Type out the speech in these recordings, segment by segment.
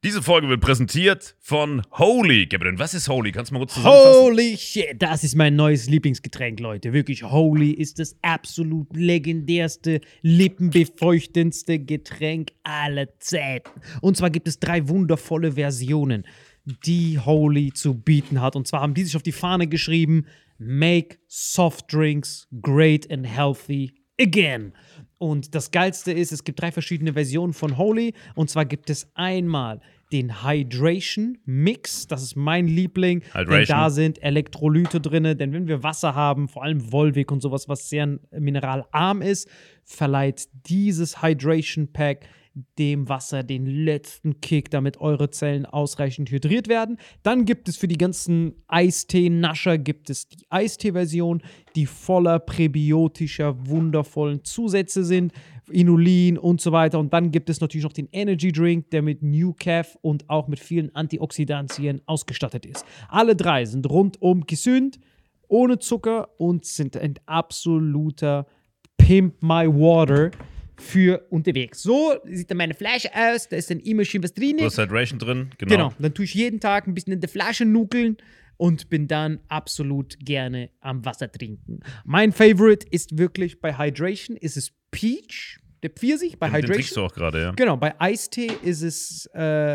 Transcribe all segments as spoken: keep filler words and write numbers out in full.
Diese Folge wird präsentiert von Holy. Gabriel, was ist Holy? Kannst du mal kurz zusammenfassen? Holy shit, das ist mein neues Lieblingsgetränk, Leute. Wirklich, Holy ist das absolut legendärste, lippenbefeuchtendste Getränk aller Zeiten. Und zwar gibt es drei wundervolle Versionen, die Holy zu bieten hat. Und zwar haben die sich auf die Fahne geschrieben: Make soft drinks great and healthy again. Und das Geilste ist, es gibt drei verschiedene Versionen von Holy. Und zwar gibt es einmal den Hydration Mix. Das ist mein Liebling. Hydration. Denn da sind Elektrolyte drin. Denn wenn wir Wasser haben, vor allem Volvic und sowas, was sehr mineralarm ist, verleiht dieses Hydration Pack dem Wasser den letzten Kick, damit eure Zellen ausreichend hydriert werden. Dann gibt es für die ganzen Eistee-Nascher gibt es die Eistee-Version, die voller präbiotischer, wundervollen Zusätze sind, Inulin und so weiter. Und dann gibt es natürlich noch den Energy Drink, der mit New Caf und auch mit vielen Antioxidantien ausgestattet ist. Alle drei sind rundum gesund, ohne Zucker und sind ein absoluter Pimp My Water für unterwegs. So sieht dann meine Flasche aus, da ist dann immer schön was drin. Du hast Hydration drin, genau. Genau, dann tue ich jeden Tag ein bisschen in der Flasche nuckeln und bin dann absolut gerne am Wasser trinken. Mein Favorite ist wirklich bei Hydration, ist es Peach, der Pfirsich bei Den, Hydration. den trinkst du auch gerade, ja. Genau, bei Eistee ist es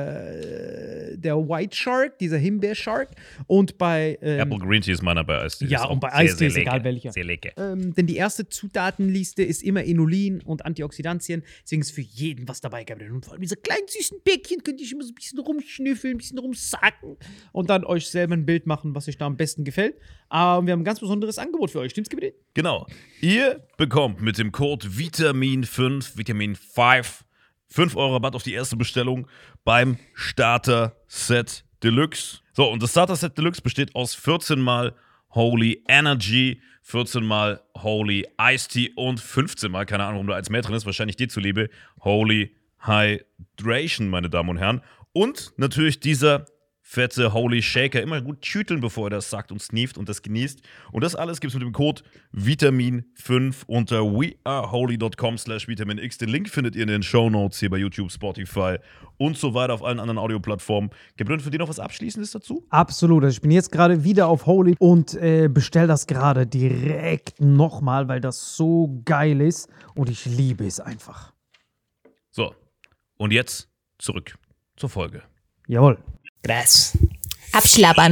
äh, der White Shark, dieser Himbeer-Shark. Und bei ähm, Apple Green Tea ist meiner bei Eistee. Ja, Ist und auch bei sehr, Eistee sehr ist egal lecker. welcher. Sehr lecker. Ähm, denn die erste Zutatenliste ist immer Inulin und Antioxidantien. Deswegen ist für jeden was dabei, Gabriel. Und vor allem diese kleinen süßen Bäckchen könnt ihr immer so ein bisschen rumschnüffeln, ein bisschen rumsacken und dann euch selber ein Bild machen, was euch da am besten gefällt. Aber wir haben ein ganz besonderes Angebot für euch. Stimmt's, Gabriel? Genau. Ihr bekommt mit dem Code Vitamin fünf, Vitamin fünf, fünf Euro Rabatt auf die erste Bestellung beim Starter Set Deluxe. So, und das Starter Set Deluxe besteht aus vierzehn mal Holy Energy, vierzehn mal Holy Iced Tea und fünfzehn mal, keine Ahnung, warum da eins mehr drin ist, wahrscheinlich dir zuliebe, Holy Hydration, meine Damen und Herren. Und natürlich dieser fette Holy Shaker, immer gut schütteln, bevor er das sagt und sneeft und das genießt. Und das alles gibt es mit dem Code Vitamin fünf unter weareholy.com slash vitaminx. Den Link findet ihr in den Shownotes hier bei YouTube, Spotify und so weiter auf allen anderen Audioplattformen. Gabriel, für dich noch was Abschließendes dazu? Absolut. Also ich bin jetzt gerade wieder auf Holy und äh, bestell das gerade direkt nochmal, weil das so geil ist und ich liebe es einfach. So, und jetzt zurück zur Folge. Jawohl. Krass. Abschlabbern.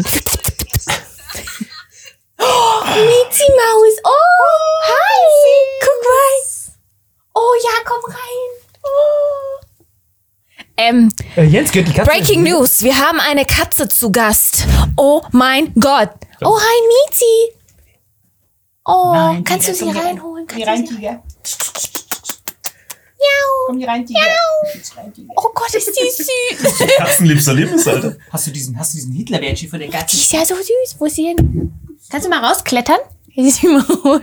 Oh, Mizi Maus. Oh, hi. Guck mal. Oh ja, komm rein. Oh. Ähm, Äh, Jens, gehört die Katze? Breaking News. Wir haben eine Katze zu Gast. Oh mein Gott. Oh, hi, Mizi. Oh, Nein, kannst Tiger, du sie komm hier reinholen? Komm hier Kannst rein, du sie... Tiger. Miau. Komm hier rein, Tiger. Jetzt rein, Tiger. Oh Gott, ist die süß. Katzenliebster Lebens, Alter. Hast du diesen, hast du diesen Hitler-Bärtchen von der Die Katze? ist ja so süß. Wo ist sie hin? Kannst du mal rausklettern? Hier ist sie mal hoch.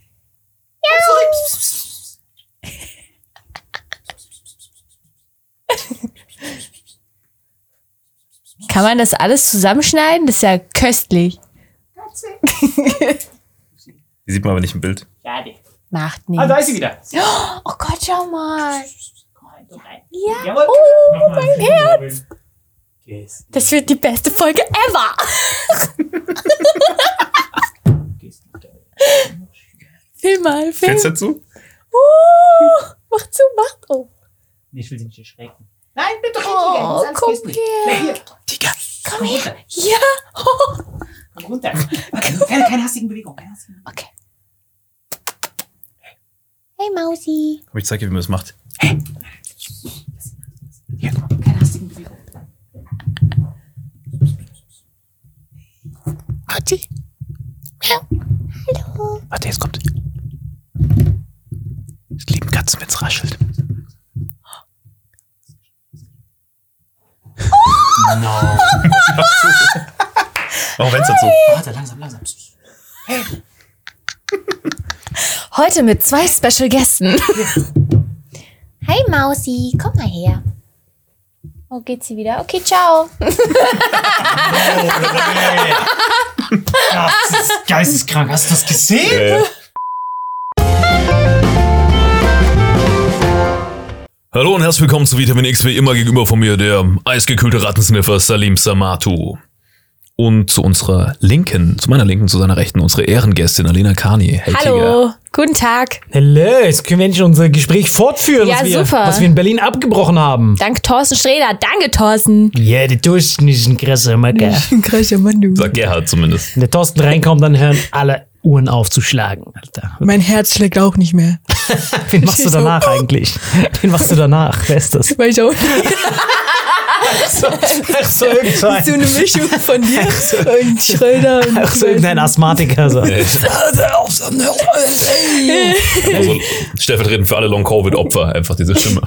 Kann man das alles zusammenschneiden? Das ist ja köstlich. Katze. Die sieht man aber nicht im Bild. Schade. Macht Ah, da nichts. ist sie wieder. Oh Gott, schau mal. Komm rein, komm rein. Ja. Jawohl. Oh, Mach mal mein einen Herz. Finger. Gehst Das wird die beste Folge ever. Gehst nicht. Film mal, film. Kennst du dazu? Oh, mach zu, mach drauf. Nee, ich will sie nicht erschrecken. Nein, bleib doch hier, Oh, Tiger. Das ist alles komm köstlich. her. Bleib hier. Tiger. Komm Komm her. runter. Ja. Oh. Komm runter. Also, keine, keine hastigen Bewegungen. Keine hastigen Bewegungen. Okay. Hey, Mausi. Komm, ich zeig dir, wie man das macht. Hier, guck mal. Keine hastigen Bewegungen. Mausi. Hallo. Warte, jetzt kommt. Es lieben Katzen, wenn es raschelt. No. Oh, wenn's dazu. Warte, langsam, langsam. Hey. Heute mit zwei Special Gästen. Hey, Mausi. Komm mal her. Oh, geht sie wieder? Okay, ciao. Das ist geisteskrank. Hast du das gesehen? Äh. Hallo und herzlich willkommen zu Vitamin X, wie immer gegenüber von mir der eisgekühlte Rattensniffer Salim Samatu. Und zu unserer Linken, zu meiner Linken, zu seiner Rechten, unsere Ehrengästin Alena Kani. Hey, Hallo, Tiger. guten Tag. Hallo, jetzt können wir endlich unser Gespräch fortführen, Ja, was, wir, super. was wir in Berlin abgebrochen haben. Dank Thorsten Sträder. Danke, Thorsten. Ja, der Thorsten ist ein krasser Macker. Krasser Mann, du. Sagt Gerhard zumindest. Wenn der Thorsten reinkommt, dann hören alle Uhren auf zu schlagen. Alter. Mein Herz schlägt auch nicht mehr. Wen machst du danach eigentlich? Wen machst du danach? Wer ist das? Weil ich auch so, ach so, irgendein, so eine Mischung von dir und Schröder und ach so, irgendein Asthmatiker. So. Also stellvertretend für alle Long-Covid-Opfer, einfach diese Stimme.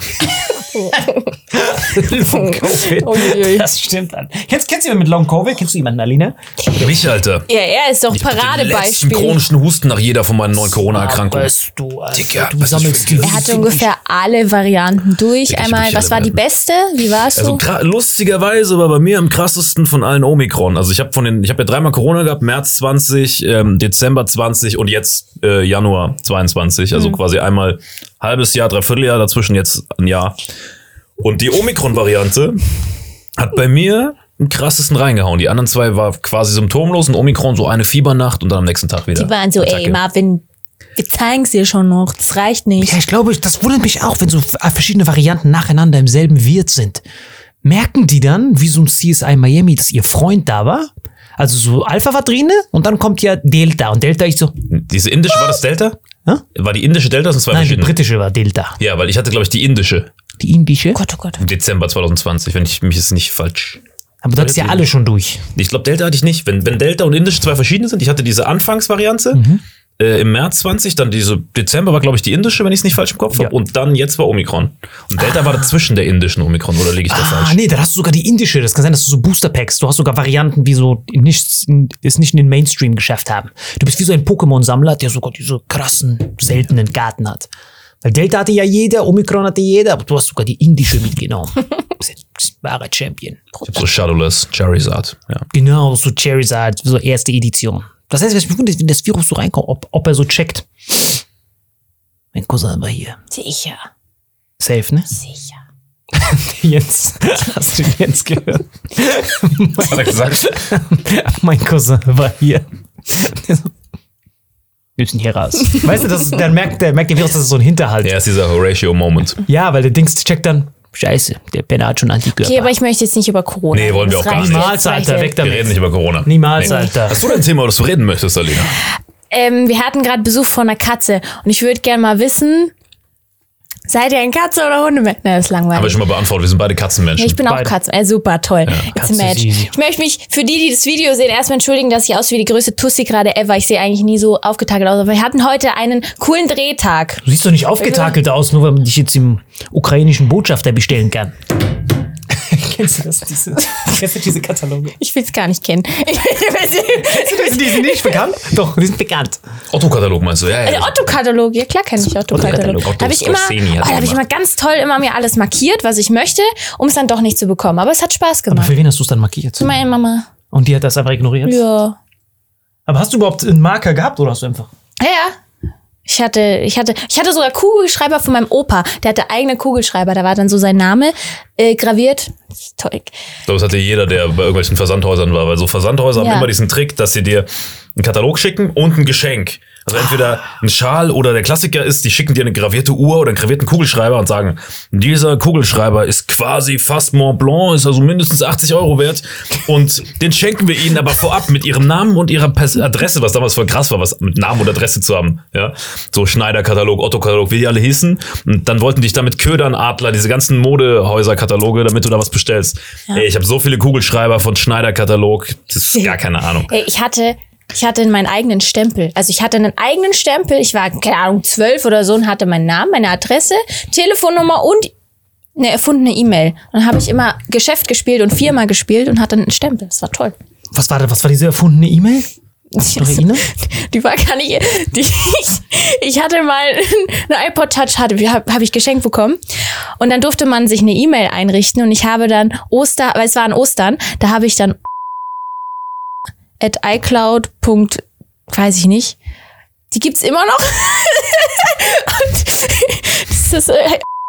Uiuiui. Das stimmt dann. Kennst, kennst du jemanden mit Long Covid? Kennst du jemanden, Alina? Mich, Alter. Ja, er ist doch Ich hab den letzten Paradebeispiel. chronischen Husten nach jeder von meinen neuen Corona-Erkrankungen. Was du, Alter, Dicker, du was sammelst ist für- die Er hatte ungefähr alle Varianten durch. Wirklich, Einmal, wirklich was alle war die Varianten. beste? Wie war es Also so? gra- lustigerweise war bei mir am krassesten von allen Omikron. Also ich habe von den, ich habe ja dreimal Corona gehabt, März zwanzig, ähm, Dezember zwanzig und jetzt äh, Januar zweiundzwanzig. Also Mhm. quasi einmal halbes Jahr, dreiviertel Jahr, dazwischen jetzt ein Jahr. Und die Omikron-Variante hat bei mir am krassesten reingehauen. Die anderen zwei war quasi symptomlos und Omikron so eine Fiebernacht und dann am nächsten Tag wieder. Die waren so, ey, Attacke. Marvin, wir zeigen es dir schon noch. Das reicht nicht. Ja, ich glaube, das wundert mich auch, wenn so f- verschiedene Varianten nacheinander im selben Wirt sind. Merken die dann, wie so ein C S I Miami, dass ihr Freund da war? Also so Alpha war drin und dann kommt ja Delta. Und Delta ist so, Diese indische, war das Delta? Hä? War die indische Delta? Das sind zwei nein, die verschiedene. britische war Delta. Ja, weil ich hatte, glaube ich, die indische. Die indische. Gott, oh Gott. Im Dezember zwanzig zwanzig, wenn ich mich jetzt nicht falsch. Aber du hattest ja alle schon durch. Ich glaube, Delta hatte ich nicht. Wenn, wenn Delta und Indisch zwei verschiedene sind, ich hatte diese Anfangsvariante Mhm. äh, im März zwanzig, dann diese Dezember war, glaube ich, die indische, wenn ich es nicht falsch im Kopf Ja. habe. Und dann jetzt war Omikron. Und Delta war dazwischen der indischen Omikron, oder liege ich da Ah, falsch? nee, da hast du sogar die indische. Das kann sein, dass du so Booster-Packs, du hast sogar Varianten, die so nichts, es nicht in den Mainstream geschafft haben. Du bist wie so ein Pokémon-Sammler, der sogar diese krassen, seltenen Karten hat. Weil Delta hatte ja jeder, Omikron hatte jeder, aber du hast sogar die indische mitgenommen. Du bist ein wahrer Champion. Ich hab so Shadowless, Charizard. Ja. Genau, so Charizard, so erste Edition. Das heißt, was mich wundert, wenn das Virus so reinkommt, ob, ob er so checkt. Mein Cousin war hier. Sicher, Safe, ne? sicher. Jens, hast du Jens gehört? Was hat er gesagt? Mein Cousin war hier. Wir müssen hier raus. Weißt du, das ist, dann merkt der, merkt der Virus, das ist so ein Hinterhalt. Der ist dieser Horatio-Moment. Ja, weil der Dings checkt dann, scheiße, der Penner hat schon Antikörper. Okay, aber ich möchte jetzt nicht über Corona. Nee, wollen wir Das auch gar reicht nicht. jetzt, Niemals, reicht Alter, jetzt. weg Wir damit. reden nicht über Corona. Niemals, Nee. Alter. Hast du denn ein Thema, über das du reden möchtest, Alina? Ähm, wir hatten gerade Besuch von einer Katze und ich würde gerne mal wissen, seid ihr ein Katze- oder Hundemensch? Nein, das ist langweilig. Haben wir schon mal beantwortet. Wir sind beide Katzenmenschen. Ja, ich bin auch Beide. Katze. Äh, super, toll. It's Katze a match. ist easy. Ich möchte mich für die, die das Video sehen, erstmal entschuldigen, dass ich aussehe wie die größte Tussi gerade ever. Ich sehe eigentlich nie so aufgetakelt aus. Aber wir hatten heute einen coolen Drehtag. Du siehst doch nicht aufgetakelt aus, nur weil man dich jetzt im ukrainischen Botschafter bestellen kann. Kennst du das? Diese, kennst du diese Kataloge? Ich will es gar nicht kennen. Die sind nicht bekannt? Doch, die sind bekannt. Otto-Katalog meinst du? Ja, ja. Der Otto-Katalog, ja klar kenne ich Otto-Katalog. Otto Da habe ich immer, Skorseni oh, hat da habe ich immer gemacht. ganz toll immer mir alles markiert, was ich möchte, um es dann doch nicht zu bekommen. Aber es hat Spaß Aber gemacht. für wen hast du es dann markiert? Meine Mama. Und die hat das einfach ignoriert? Ja. Aber hast du überhaupt einen Marker gehabt oder hast du einfach... Ja, ja. Ich hatte, ich hatte, ich hatte sogar Kugelschreiber von meinem Opa. Der hatte eigene Kugelschreiber. Da war dann so sein Name äh, graviert. Das ist toll. Ich glaube, das hatte jeder, der bei irgendwelchen Versandhäusern war. Weil so Versandhäuser Ja. haben immer diesen Trick, dass sie dir einen Katalog schicken und ein Geschenk. Also entweder ein Schal oder der Klassiker ist, die schicken dir eine gravierte Uhr oder einen gravierten Kugelschreiber und sagen, dieser Kugelschreiber ist quasi fast Mont Blanc, ist also mindestens achtzig Euro wert und den schenken wir ihnen aber vorab mit ihrem Namen und ihrer Pers- Adresse, was damals voll krass war, was mit Namen und Adresse zu haben. Ja, so Schneider-Katalog, Otto-Katalog, wie die alle hießen. Und dann wollten dich damit ködern, Adler, diese ganzen Modehäuser-Kataloge, damit du da was bestellst. Ey, ich habe so viele Kugelschreiber von Schneider-Katalog, das ist gar keine Ahnung. Ey, ich hatte, ich hatte meinen eigenen Stempel. Also ich hatte einen eigenen Stempel. Ich war, keine Ahnung, zwölf oder so und hatte meinen Namen, meine Adresse, Telefonnummer und eine erfundene E-Mail. Und dann habe ich immer Geschäft gespielt und Firma gespielt und hatte einen Stempel. Das war toll. Was war, was war diese erfundene E-Mail? Noch erinnern? Die war gar nicht. Die, ich, ich hatte mal eine iPod Touch, habe hab ich geschenkt bekommen. Und dann durfte man sich eine E-Mail einrichten. Und ich habe dann Oster, weil es war an Ostern, da habe ich dann at iCloud. Weiß ich nicht. Die gibt's immer noch. Und das ist äh,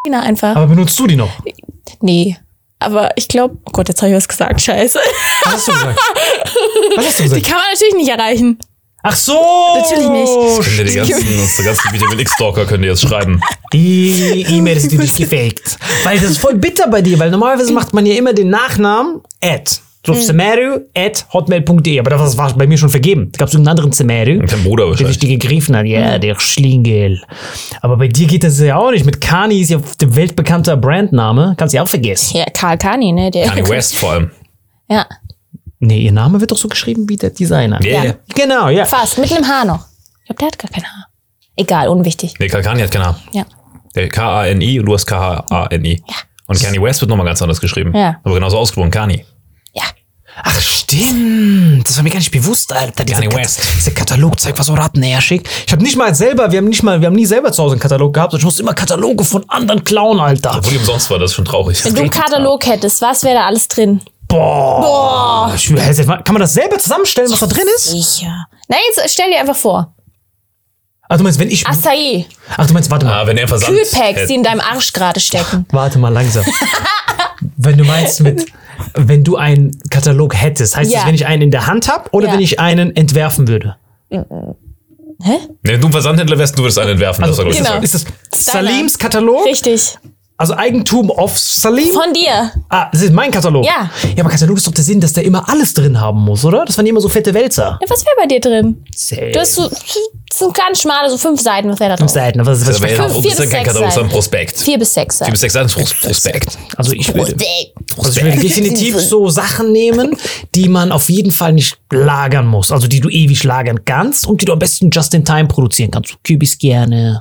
einfach. Aber benutzt du die noch? Nee. Aber ich glaube, oh Gott, jetzt habe ich was gesagt, scheiße. Was hast du gesagt? Was hast du Die gesagt? kann man natürlich nicht erreichen. Ach so! Natürlich nicht. Können dir die ganzen, unsere ganzen Vitamin X-Stalker können dir jetzt schreiben. Die E-Mail ist natürlich gefaked. Weil das ist voll bitter bei dir, weil normalerweise macht man ja immer den Nachnamen at. So Semeru at hotmail punkt de. Aber das war bei mir schon vergeben. Da gab es irgendeinen anderen Semeru, Dein Bruder der sich wahrscheinlich. die gegriffen hat. Ja, der Schlingel. Aber bei dir geht das ja auch nicht. Mit Kani ist ja der weltbekannte Brandname. Kannst du ja auch vergessen. Ja, Karl Kani, ne? Der Kanye West vor allem. Ja, Nee, ihr Name wird doch so geschrieben wie der Designer. Yeah. Ja. Genau, ja. fast. Mit einem Haar noch. Ich glaube, der hat gar kein Haar. Egal, unwichtig. Nee, Kanye hat keinen Haar. Ja. Der K A N I und du hast K H A N I. Ja. Und Kanye West wird nochmal ganz anders geschrieben. Ja. Aber genauso ausgesprochen, Kanye. Ja. Ach stimmt, das war mir gar nicht bewusst, Alter. Dieser, Kanye Kat West. dieser Katalogzeug war so rattenärschig. Ich habe nicht mal selber, wir haben nicht mal, wir haben nie selber zu Hause einen Katalog gehabt. Ich musste immer Kataloge von anderen klauen, Alter. Obwohl die umsonst war, das ist schon traurig. Wenn du einen Katalog hättest, was wäre da alles drin? Boah. Ich schwöre, kann man das selber zusammenstellen, was da drin ist? Sicher. Na, jetzt stell dir einfach vor. Ach, du meinst, wenn ich. Acai. Ach, du meinst, warte mal. Ah, wenn er Versand Kühlpacks, hätte. die in deinem Arsch gerade stecken. Warte mal langsam. Wenn du meinst mit, wenn du einen Katalog hättest, heißt Ja. das, wenn ich einen in der Hand habe oder Ja. wenn ich einen entwerfen würde? Hä? Wenn du ein Versandhändler wärst, du würdest einen entwerfen. Also, das war, Genau. ist, das, ist das Deiner. Salims Katalog? Richtig. Also Eigentum of Salim? Von dir. Ah, das ist mein Katalog. Ja. Ja, aber Katalog ist doch der Sinn, dass der immer alles drin haben muss, oder? Das waren immer so fette Wälzer. Ja, was wäre bei dir drin? Zäh. Du hast so, so ganz schmale, so fünf Seiten. Was wäre da Fünf drauf? Seiten. Aber was, was aber ich ja, Fünf, das vier ist ja bis kein sechs Katalog, das ist ein Seiten. Prospekt. Vier bis sechs Vier bis Seiten. sechs Seiten ist Prospekt. Also ich würde, Prospekt. also ich würde definitiv so Sachen nehmen, die man auf jeden Fall nicht lagern muss. Also die du ewig lagern kannst und die du am besten just in time produzieren kannst. So Kübis gerne.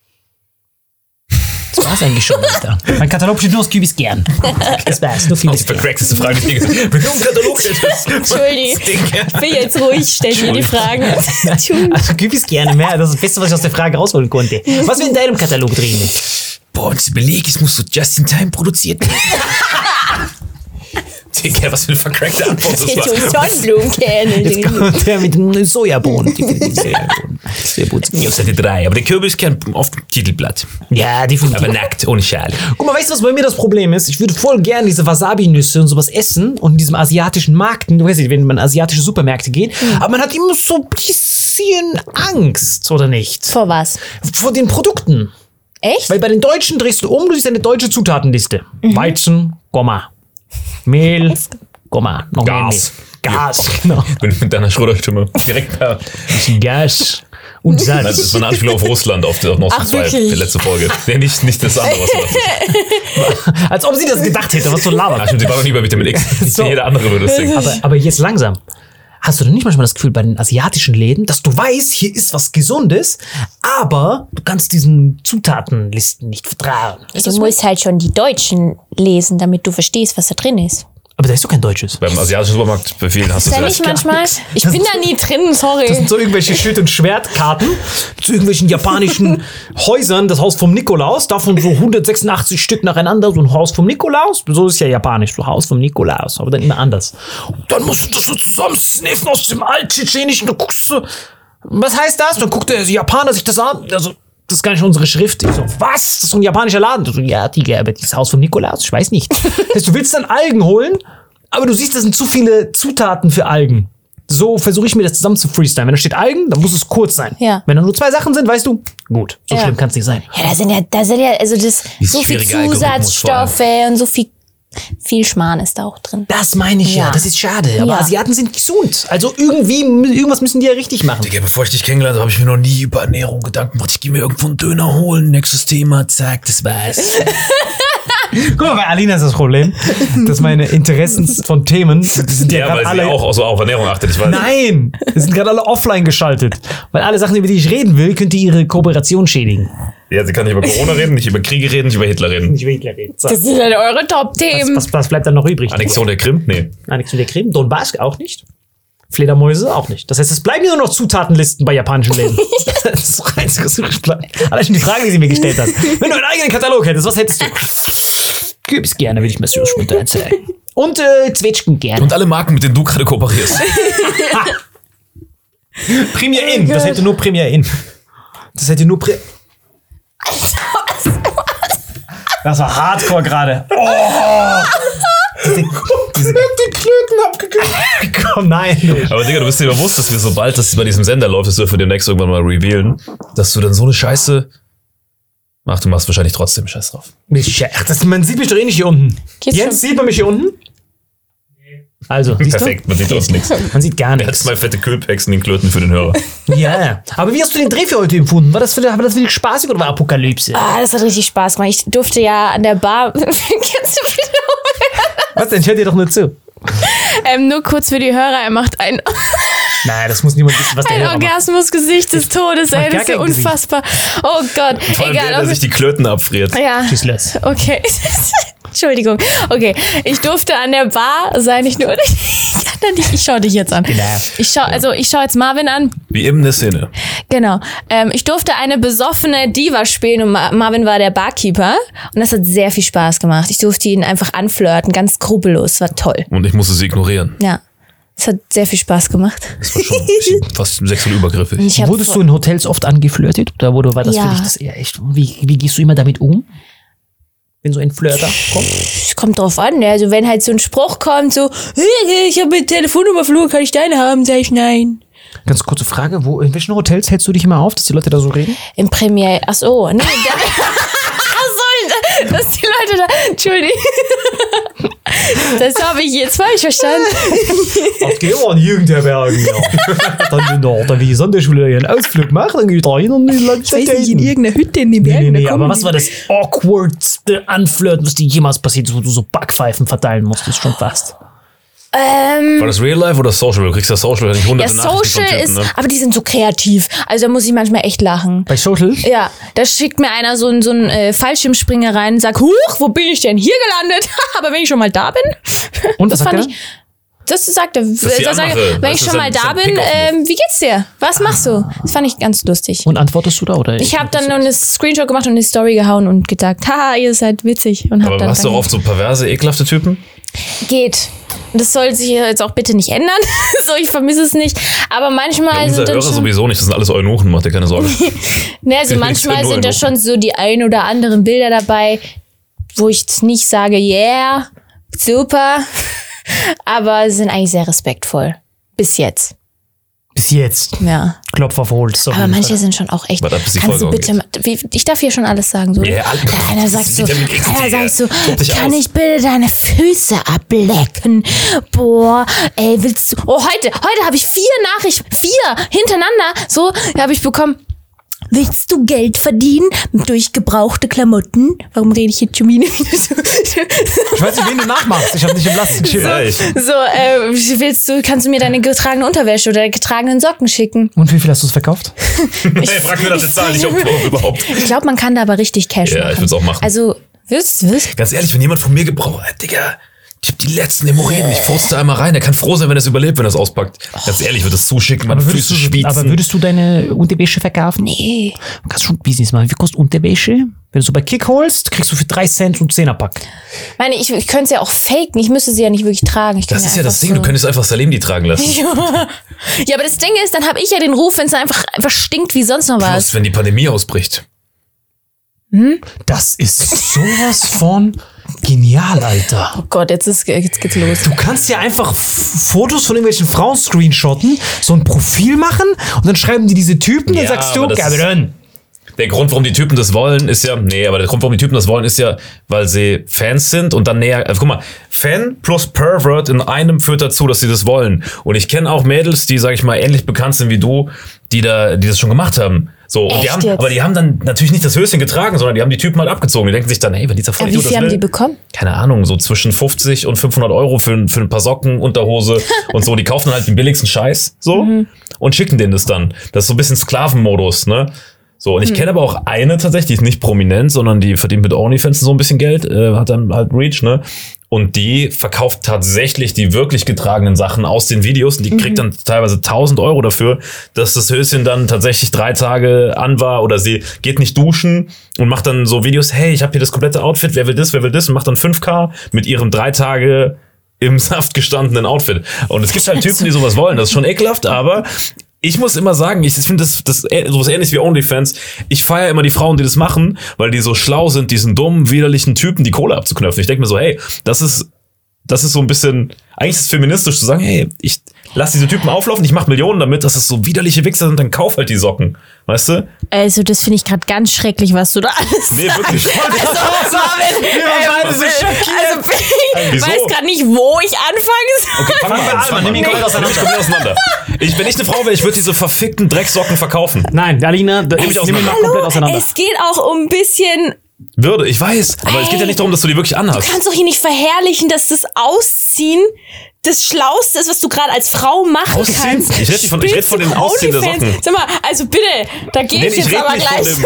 Das war's eigentlich schon, Alter. Mein Katalog besteht nur aus Kübis gern. Das war's, nur Die Kübis gern. vercrackteste Frage, die ich je gesagt habe. Wenn du einen Katalog hättest. Entschuldigung. Ich bin jetzt ruhig, stell mir die Fragen. Also Kübis gerne mehr. Das ist das Beste, was ich aus der Frage rausholen konnte. Was wäre in deinem Katalog drin? Boah, und das Beleg, es muss so just in time produziert werden. Digga, was für eine vercrackte Antwort das war. Sonnenblumenkerne. Jetzt kommt der mit dem Sojabohnen. Sojabohnen. Sojabohnen. Ja, Seite drei. Aber der Kürbiskern auf dem Titelblatt. Ja, definitiv. Aber nackt, ohne Schale. Guck mal, weißt du, was bei mir das Problem ist? Ich würde voll gern diese Wasabi-Nüsse und sowas essen und in diesem asiatischen Markt, du weißt nicht, wenn man in asiatische Supermärkte geht, aber man hat immer so ein bisschen Angst, oder nicht? Vor was? Vor den Produkten. Echt? Weil bei den Deutschen drehst du um, du siehst eine deutsche Zutatenliste. Weizen, Komma. Mehl, Komma. Noch mehr Gas. Mehl. Gas, genau. Mit, mit deiner Schröderstimme. Direkt per. Gas und Das Salz. ist ein Anspiel auf Russland, auf der Nord Stream Ach, zwei, wirklich? die letzte Folge. Nee, nicht, nicht das andere, was du dachtest. Als ob sie das gedacht hätte, was du Ah, laberst. stimmt, die war noch nie bei Vitamin X. So. Jeder andere würde es singen. Aber, aber jetzt langsam. Hast du denn nicht manchmal das Gefühl bei den asiatischen Läden, dass du weißt, hier ist was Gesundes, aber du kannst diesen Zutatenlisten nicht vertrauen? Du musst halt schon die Deutschen lesen, damit du verstehst, was da drin ist. Aber da ist doch kein Deutsches. Beim asiatischen Supermarkt befehlen hast du Ist es ja vielleicht. nicht manchmal? Ich bin da nie drin, sorry. Das sind so irgendwelche Schild- und Schwertkarten zu irgendwelchen japanischen Häusern. Das Haus vom Nikolaus, davon so hundertsechsundachtzig Stück nacheinander. So ein Haus vom Nikolaus. So ist ja japanisch, so Haus vom Nikolaus. Aber dann immer anders. Und dann musst du das so zusammensniffen aus dem Alt-Tschetschenischen. Du guckst so, was heißt das? Dann guckt der Japaner sich das an. Also, das ist gar nicht unsere Schrift. Ich so, was? Das ist so ein japanischer Laden. Ich so, ja, Tiger, aber dieses Haus vom Nikolaus, ich weiß nicht. Das heißt, du willst dann Algen holen, aber du siehst, das sind zu viele Zutaten für Algen. So versuche ich mir das zusammen zu freestylen. Wenn da steht Algen, dann muss es kurz sein. Ja. Wenn da nur zwei Sachen sind, weißt du, gut, so Ja. schlimm kann es nicht sein. Ja, da sind ja, da sind ja, also das, Dieses so viel schwierige Algorithmus vor allem. Zusatzstoffe und so viel, viel Schmarrn ist da auch drin. Das meine ich ja. Ja. Das ist schade. Aber Ja. Asiaten sind gesund. Also irgendwie, irgendwas müssen die ja richtig machen. Digga, bevor ich dich kennengelernt habe, habe ich mir noch nie über Ernährung Gedanken gemacht. Ich gehe mir irgendwo einen Döner holen, nächstes Thema, zack, das war's. Guck mal, bei Alina ist das Problem, dass meine Interessen von Themen, die sind ja, Ja, gerade weil alle... sie auch so auf Ernährung achtet. Ich weiß. Nein, die sind gerade alle offline geschaltet. Weil alle Sachen, über die ich reden will, könnte ihre Kooperation schädigen. Ja, sie kann nicht über Corona reden, nicht über Kriege reden, nicht über Hitler reden. Nicht über Hitler reden. So. Das sind halt eure Top-Themen. Was, was bleibt dann noch übrig? Annexion der Krim? Nee. Annexion der Krim, Donbass auch nicht. Fledermäuse auch nicht. Das heißt, es bleiben nur noch Zutatenlisten bei japanischen Läden. Das ist das Einzige, was übrig bleibt. Allein schon die Frage, die sie mir gestellt hat. Wenn du einen eigenen Katalog hättest, was hättest du? Kürbis gerne, würde ich mir so spontan sagen. Und äh, Zwetschgen gerne. Und alle Marken, mit denen du gerade kooperierst. Premier Inn. Das hätte nur Premier Inn. Das hätte nur Pre Das war Hardcore gerade. Oh! Diese, diese die Klöten abgekriegt. Komm, nein. Du. Aber Digga, du bist dir bewusst, dass wir, sobald das bei diesem Sender läuft, das dürfen wir demnächst irgendwann mal revealen, dass du dann so eine Scheiße... Ach, du machst wahrscheinlich trotzdem Scheiß drauf. Ach, das, man sieht mich doch eh nicht hier unten. Geht's Jens, schon? sieht man mich hier unten? Also, siehst Perfekt, man sieht uns nichts. du? Man sieht gar Er hat nichts. zwei fette Kühlpacks in den Klöten für den Hörer. Ja, ja. Aber wie hast du den Dreh für heute empfunden? War das, für, war das wirklich spaßig oder war Apokalypse? Ah, das hat richtig Spaß gemacht. Ich durfte ja an der Bar. Kennst du bitte? Was denn? Ich hör dir doch nur zu. Ähm, nur kurz für die Hörer, er macht ein, Nein, das muss niemand wissen, was der ein Hörer macht. Orgasmusgesicht des Todes, macht ey, gar das ist ja kein Gesicht. unfassbar. Oh Gott, Vor allem der, egal. der sich die Klöten abfriert. Ja, Tschüss, los. okay. Entschuldigung. Okay, ich durfte an der Bar sein, nicht nur. Ich kann da nicht, ich schau dich jetzt an. Genau. Ich schau, also ich schau jetzt Marvin an. Wie eben in der Szene. Genau. Ähm, ich durfte eine besoffene Diva spielen und Ma- Marvin war der Barkeeper. Und das hat sehr viel Spaß gemacht. Ich durfte ihn einfach anflirten, ganz skrupellos. War toll. Und ich musste sie ignorieren. Ja. Es hat sehr viel Spaß gemacht. Das war schon ein bisschen fast sexuell übergriffig. Ich hab Wurdest du in Hotels oft angeflirtet? Oder wurde, war das Ja. für dich das eher echt? Wie, wie gehst du immer damit um? Wenn so ein Flirter kommt? Es kommt drauf an, ne? Also wenn halt so ein Spruch kommt, so, hey, ich habe eine Telefonnummer verloren, kann ich deine haben? Sag ich nein. Ganz kurze Frage, wo, in welchen Hotels hältst du dich immer auf, dass die Leute da so reden? Im Premier, ach so, nee, da, ach so, dass die Leute da, Entschuldigung. Das habe ich jetzt falsch verstanden. Ach, geh mal in die Jugendherbergen, ja. Dann, wenn der, dann die Sonderschule ihren Ausflug macht, dann geht da hin und die Leute daten. irgendeiner Hütte in den Nee, Bergen. nee, nee, da aber kommen was die- war das awkwardste Anflirten, was dir jemals passiert ist, wo du so Backpfeifen verteilen musstest, schon fast? Ähm, War das Real Life oder Social? Du kriegst ja Social nicht ja, hunderte Nachrichten Social von ist, Typen, ne? aber die sind so kreativ. Also da muss ich manchmal echt lachen. Bei Social? Ja, da schickt mir einer so einen so einen, äh, Fallschirmspringer rein und sagt, huch, wo bin ich denn hier gelandet? Aber wenn ich schon mal da bin. Und Das was sagt fand er? ich. Das sagt er. ist die Da sagt er, Anmache. wenn Das ich ist schon mal ein- da das ist ein bin, Pick-off-Move. ähm, wie geht's dir? Was machst du? Das fand ich ganz lustig. Und antwortest du da? Oder Ich habe dann nur eine Screenshot gemacht und eine Story gehauen und gesagt, haha, ihr seid witzig. Und hab Aber dann hast du auch oft so perverse, ekelhafte Typen? Geht. Das soll sich jetzt auch bitte nicht ändern. So, ich vermisse es nicht. Aber manchmal Ja, unser sind dann Hörer schon, sowieso nicht. Das sind alles Eunuchen, macht dir keine Sorge. ne, also Ich manchmal bin nur sind da ein schon so die ein oder anderen Bilder dabei, wo ich jetzt nicht sage, yeah, super. Aber sie sind eigentlich sehr respektvoll. Bis jetzt. bis jetzt. Ja. Klopf auf Holz. auf Aber jeden manche Fall. sind schon auch echt. Warte ab, bis die Kannst du Folge bitte, mal- wie, ich darf hier schon alles sagen, so. Ja, Alter. Ja, einer sagt so, Vitamin X, einer Digga. sagt so, Tob dich kann aus. ich bitte deine Füße ablecken? Boah, ey, willst du, oh, heute, heute habe ich vier Nachrichten, vier hintereinander, so, habe ich bekommen. Willst du Geld verdienen durch gebrauchte Klamotten? Warum rede ich jetzt schon wieder? Ich weiß nicht, wen du nachmachst. Ich hab nicht im Lasten chill. Ja, ich, So, äh, willst du, kannst du mir deine getragene Unterwäsche oder getragenen Socken schicken? Und wie viel hast du es verkauft? ich frag mir das jetzt Zahl nicht auf überhaupt. Ich glaube, man kann da aber richtig Cash Ja, ich machen. würd's auch machen. Also, willst du, willst Ganz ehrlich, wenn jemand von mir gebraucht hat, Digga, ich hab die letzten Hämorrhoiden, ich furze da einmal rein. Der kann froh sein, wenn er es überlebt, wenn er es auspackt. Ganz ehrlich, wird es zuschicken, meine würdest Füße du, schwiezen. aber würdest du deine Unterwäsche verkaufen? Nee. Du kannst schon Business machen. Wie kostet Unterwäsche? Wenn du so bei Kick holst, kriegst du für drei Cent so einen Zehnerpack. Meine, ich, ich könnte es ja auch faken. Ich müsste sie ja nicht wirklich tragen. Ich kann Das ist ja einfach das Ding, so du könntest einfach Salim die tragen lassen. Ja, aber das Ding ist, dann habe ich ja den Ruf, wenn es einfach, einfach stinkt wie sonst noch was. Bloß, wenn die Pandemie ausbricht. Das ist sowas von genial, Alter. Oh Gott, jetzt, ist, jetzt geht's los. Du kannst ja einfach F- Fotos von irgendwelchen Frauen screenshotten, so ein Profil machen und dann schreiben die diese Typen, dann Ja, sagst du, aber das ist- Gabriel. Der Grund, warum die Typen das wollen, ist ja, nee, aber der Grund, warum die Typen das wollen, ist ja, weil sie Fans sind und dann näher, also guck mal, Fan plus Pervert in einem führt dazu, dass sie das wollen. Und ich kenne auch Mädels, die, sag ich mal, ähnlich bekannt sind wie du, die da, die das schon gemacht haben. So, und die Echt haben, jetzt? aber die haben dann natürlich nicht das Höschen getragen, sondern die haben die Typen halt abgezogen. Die denken sich dann, hey, wenn dieser Ja, wie Vollidiot das viel haben will, die bekommen? keine Ahnung, so zwischen fünfzig und fünfhundert Euro für, für ein paar Socken, Unterhose und so. Die kaufen dann halt den billigsten Scheiß, so, und schicken denen das dann. Das ist so ein bisschen Sklavenmodus, ne? So, und ich kenne aber auch eine tatsächlich, die ist nicht prominent, sondern die verdient mit OnlyFans so ein bisschen Geld, äh, hat dann halt Reach, ne? Und die verkauft tatsächlich die wirklich getragenen Sachen aus den Videos und die kriegt dann teilweise tausend Euro dafür, dass das Höschen dann tatsächlich drei Tage an war oder sie geht nicht duschen und macht dann so Videos, hey, ich habe hier das komplette Outfit, wer will das, wer will das und macht dann fünf K mit ihrem drei Tage im Saft gestandenen Outfit. Und es gibt halt Typen, die sowas wollen, das ist schon ekelhaft, aber Ich muss immer sagen, ich finde das, das sowas ähnlich wie OnlyFans. Ich feiere immer die Frauen, die das machen, weil die so schlau sind, diesen dummen, widerlichen Typen die Kohle abzuknöpfen. Ich denke mir so, hey, das ist, das ist so ein bisschen, eigentlich ist es feministisch zu sagen, hey, ich lass diese Typen auflaufen, ich mache Millionen damit, dass es so widerliche Wichser sind, dann kauf halt die Socken. Weißt du? Also, das finde ich gerade ganz schrecklich, was du da alles Nee, wirklich. sagst. Also, Marvin, Wir waren beide so schockiert. also, ich Wieso? weiß gerade nicht, wo ich anfangen soll. Okay, fangen wir an. Fang Nimm ihn komplett auseinander. Nimm ihn komplett auseinander. Ich, wenn ich eine Frau wäre, ich würde diese verfickten Drecksocken verkaufen. Nein, Alina, nimm ich ihn auseinander. mal komplett auseinander. Es geht auch um ein bisschen. Würde, ich weiß. Aber es geht ja nicht darum, dass du die wirklich Du anhast. kannst doch hier nicht verherrlichen, dass das Ausziehen das Schlauste ist, was du gerade als Frau machen Ausziehen? kannst. Ich rede von- ich rede von den Spielst du Ausziehen der OnlyFans? Socken. Sag mal, also bitte, da gehe Nee, ich ich jetzt rede aber nicht von gleich dem- so.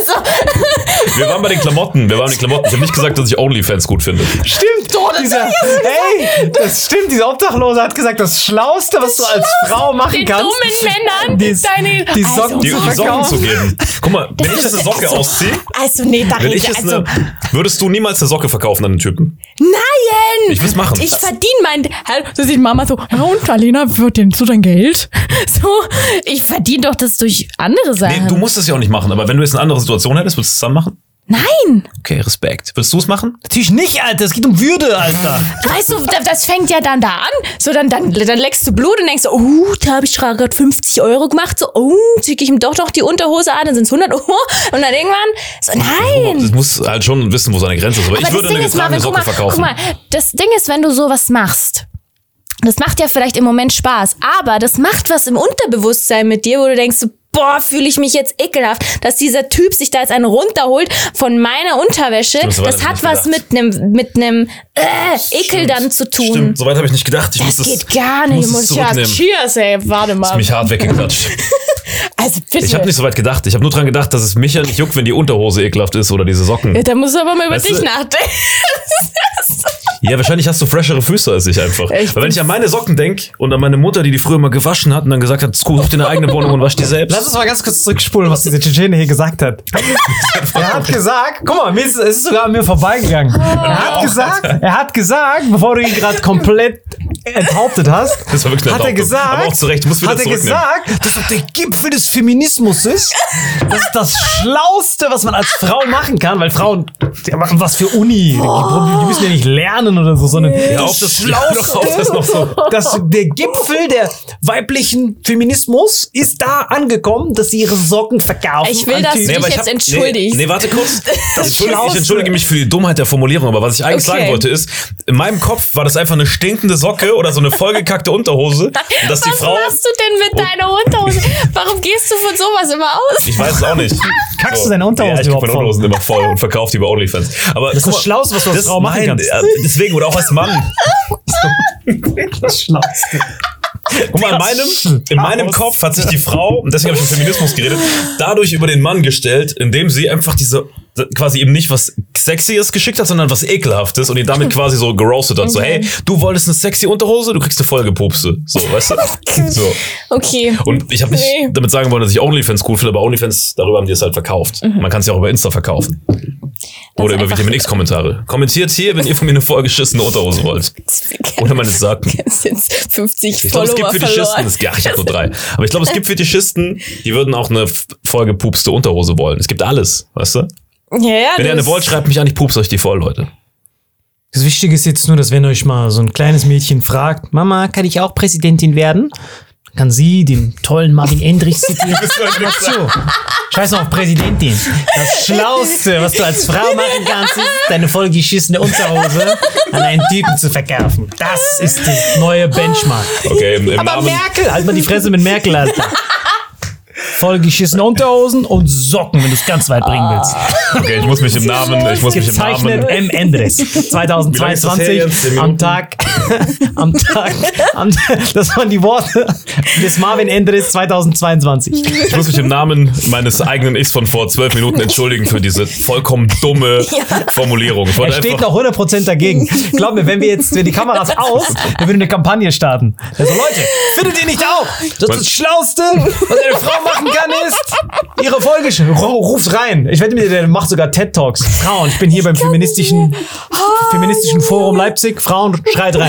Also, Wir waren bei den Klamotten. Wir waren bei den Klamotten. Ich habe nicht gesagt, dass ich OnlyFans gut finde. Stimmt, dieser, ey, das stimmt, dieser Obdachlose hat gesagt, das Schlauste, was du als Frau machen den kannst, dummen Männern die, deine. die Socken Die, zu die Socken zu verkaufen. geben. Guck mal, wenn ich jetzt eine Socke also, ausziehe, Also, nee, da wenn rede ich ich. jetzt Also, eine, würdest du niemals eine Socke verkaufen an einen Typen? nein! Ich will's machen. Ich verdiene mein. So sieht Mama so, ja und Alina, wird denn zu dein Geld? So, ich verdiene doch das durch andere Nee, Sachen. du musst es ja auch nicht machen. Aber wenn du jetzt eine andere Situation hättest, würdest du es dann machen? Nein! Okay, Respekt. Würdest du es machen? Natürlich nicht, Alter, es geht um Würde, Alter. Weißt du, da- das fängt ja dann da an. So, dann, dann, dann leckst du Blut und denkst so, oh, da habe ich gerade fünfzig Euro gemacht. So, oh, ziehe ich ihm doch noch die Unterhose an, dann sind es hundert Euro. Und dann irgendwann, so, nein. Das muss halt schon wissen, wo seine Grenze ist. Aber, Aber ich würde das Ding eine ist, Marvin, getragene guck Socke mal, guck verkaufen. mal, das Ding ist, wenn du sowas machst, das macht ja vielleicht im Moment Spaß, aber das macht was im Unterbewusstsein mit dir, wo du denkst, so, boah, fühle ich mich jetzt ekelhaft, dass dieser Typ sich da jetzt einen runterholt von meiner Unterwäsche. Stimmt, so weit Das hab hat ich was nicht mit einem mit einem äh, Ekel Stimmt. dann zu tun. Stimmt, soweit habe ich nicht gedacht. Ich Das muss geht das, gar ich nicht. muss es Muss ja, zurücknehmen. cheers, ey, warte mal. Mich hart weggeklatscht. Also bitte. Ich habe nicht so weit gedacht. Ich habe nur dran gedacht, dass es mich ja nicht juckt, wenn die Unterhose ekelhaft ist oder diese Socken. Ja, da musst du aber mal über Weißt dich du- nachdenken. Ja, wahrscheinlich hast du freshere Füße als ich einfach. Ich Weil wenn ich an meine Socken denke und an meine Mutter, die die früher mal gewaschen hat und dann gesagt hat, such dir eine eigene Wohnung und wasch die selbst. Lass uns mal ganz kurz zurückspulen, was dieser Tschetschene hier gesagt hat. Er hat gesagt, guck mal, mir ist, es ist sogar an mir vorbeigegangen. Er hat gesagt, er hat gesagt, bevor du ihn gerade komplett enthauptet hast, Das war wirklich eine hat er Enthauptung. gesagt, Aber auch zu Recht, du musst wieder hat er zurücknehmen. gesagt, dass das der Gipfel des Feminismus ist. Das ist das Schlauste, was man als Frau machen kann, weil Frauen, die machen was für Uni. Die, die müssen ja nicht lernen oder so, sondern Ja, das auf das, Schlauste, auf das noch so. dass der Gipfel der weiblichen Feminismus ist da angekommen, dass sie ihre Socken verkaufen. Ich will, an dass Typen. du dich aber ich jetzt hab- entschuldigst. Nee, nee, warte kurz. Ich entschuldige, ich Schlauste. entschuldige mich für die Dummheit der Formulierung, aber was ich eigentlich Okay. sagen wollte ist, in meinem Kopf war das einfach eine stinkende Socke oder so eine vollgekackte Unterhose. Und dass die Was Frau. machst du denn mit deiner Unterhose? Warum gehst du von sowas immer aus? Ich weiß es auch nicht. Kackst du deine Unterhosen Ja, ich überhaupt meine voll? Unterhosen immer voll und verkaufe die bei OnlyFans. Aber Das ist das Schlauste, was du als Frau machen nein, kannst. äh, Deswegen, oder auch als Mann. Das Schlauste. Guck mal, in meinem, in meinem Kopf hat sich die Frau, und deswegen habe ich von Feminismus geredet, dadurch über den Mann gestellt, indem sie einfach diese, quasi eben nicht was Sexyes geschickt hat, sondern was Ekelhaftes und ihn damit quasi so geroastet hat. So, hey, du wolltest eine sexy Unterhose, du kriegst eine vollgepupste. So, weißt du? So. Okay. Und ich habe nicht Nee. damit sagen wollen, dass ich OnlyFans cool finde, aber OnlyFans, darüber haben die es halt verkauft. Man kann es ja auch über Insta verkaufen. Oder über einfach- Vitamin X-Kommentare. Kommentiert hier, wenn ihr von mir eine vollgeschissene Unterhose wollt. Oder meine Socken. Das sind fünfzig Ich glaube, es Follower gibt Fetischisten, verloren. es, ja, ich habe nur drei. Aber ich glaube, es gibt Fetischisten, die würden auch eine f- vollgepupste Unterhose wollen. Es gibt alles, weißt du? Ja, ja, Wenn ihr eine das- wollt, schreibt mich an, ich pups euch die voll, Leute. Das Wichtige ist jetzt nur, dass wenn euch mal so ein kleines Mädchen fragt, Mama, kann ich auch Präsidentin werden? Dann kann sie den tollen Marvin Endrich zitieren. Hör zu. Scheiß mal auf Präsidentin. Das Schlauste, was du als Frau machen kannst, ist, deine vollgeschissene Unterhose an einen Typen zu verkaufen. Das ist das neue Benchmark. Okay, im, im Aber Namen. Merkel, halt mal die Fresse mit Merkel, Alter. Vollgeschissene Unterhosen und Socken, wenn du es ganz weit bringen willst. Okay, ich muss mich im Namen, ich muss mich im Gezeichnet Namen. M. Endres. Wie lange ist das her zweitausendzweiundzwanzig jetzt? Zehn am Minuten? Tag, am Tag, am, das waren die Worte des Marvin Endres zweitausendzweiundzwanzig. Ich muss mich im Namen meines eigenen Ichs von vor zwölf Minuten entschuldigen für diese vollkommen dumme Formulierung. Ich Er wollte steht einfach. noch hundert Prozent dagegen. Glaub mir, wenn wir jetzt wenn die Kameras aus, dann würden wir eine Kampagne starten. Also Leute, findet ihr nicht auch? Das, das Schlauste, was eine Frau machen kann, ist ihre Folge. Ruf's rein. Ich wette mir, der macht sogar TED Talks. Frauen, ich bin hier beim feministischen, feministischen Forum Leipzig. Frauen, schreit rein.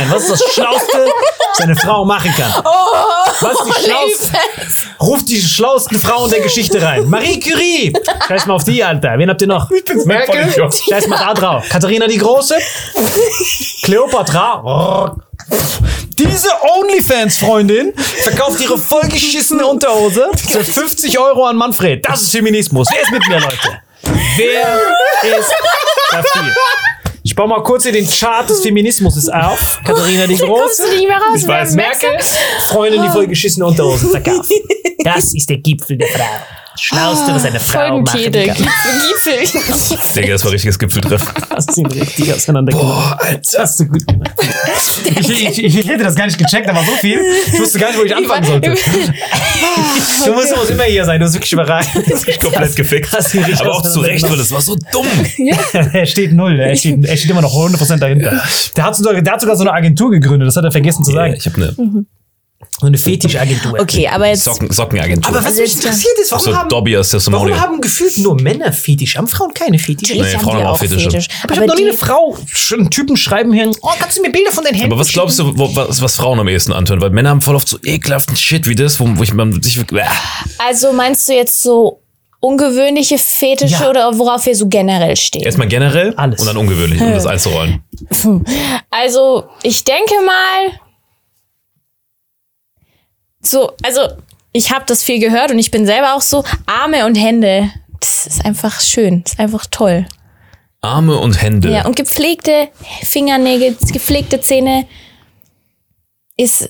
rein. Was ist das Schlauste, was eine Frau machen kann? Was ist die Schlauste? Ruft die schlauesten Frauen der Geschichte rein. Marie Curie. Scheiß mal auf die, Alter. Wen habt ihr noch? Merkel. Scheiß mal da drauf. Katharina die Große. Kleopatra. Diese OnlyFans-Freundin verkauft ihre vollgeschissene Unterhose für fünfzig Euro an Manfred. Das ist Feminismus. Wer ist mit mir, Leute? Wer ist dafür? Ich baue mal kurz hier den Chart des Feminismus auf. Katharina die Große. Ich weiß, Merkel. Freundin, die vollgeschissene Unterhosen verkauft. Das ist der Gipfel der Frau. Das Schlauste, was eine Frau machen kann. Gipfel. Digga, das war richtiges Gipfeltreffen. Hast du ihn richtig auseinandergenommen. Boah, Alter. Hast du gut gemacht. Ich, ich, ich, ich hätte das gar nicht gecheckt, aber so viel. Ich wusste gar nicht, wo ich anfangen sollte. Du musst, musst immer hier sein, du hast wirklich überragend. Das ist komplett gefickt. Aber auch zu Recht, weil das war so dumm. Ja. Er steht null, er steht, er steht immer noch hundert Prozent dahinter. Der hat, sogar, der hat sogar so eine Agentur gegründet, das hat er vergessen zu sagen. Ja, ich habe eine... Mhm. So eine Fetischagentur. Okay, aber jetzt... Socken, Sockenagentur. Aber was mich interessiert ist, warum, so haben, Dobby aus Testimonial. warum haben gefühlt nur Männer Fetisch? Haben Frauen keine Fetische? Nee, Frauen haben auch Fetische. Aber, aber ich habe noch nie eine Frau, einen Typen schreiben hören, oh, kannst du mir Bilder von deinen Händen Aber was glaubst du, wo, was, was Frauen am ehesten antören? Weil Männer haben voll oft so ekelhaften Shit wie das, wo, wo ich man sich... Äh. Also meinst du jetzt so ungewöhnliche Fetische Ja. oder worauf wir so generell stehen? Erstmal generell Alles. und dann ungewöhnlich, um das einzurollen. Also, ich denke mal, so, also, ich habe das viel gehört und ich bin selber auch so, Arme und Hände, das ist einfach schön, das ist einfach toll. Arme und Hände. Ja, und gepflegte Fingernägel, gepflegte Zähne ist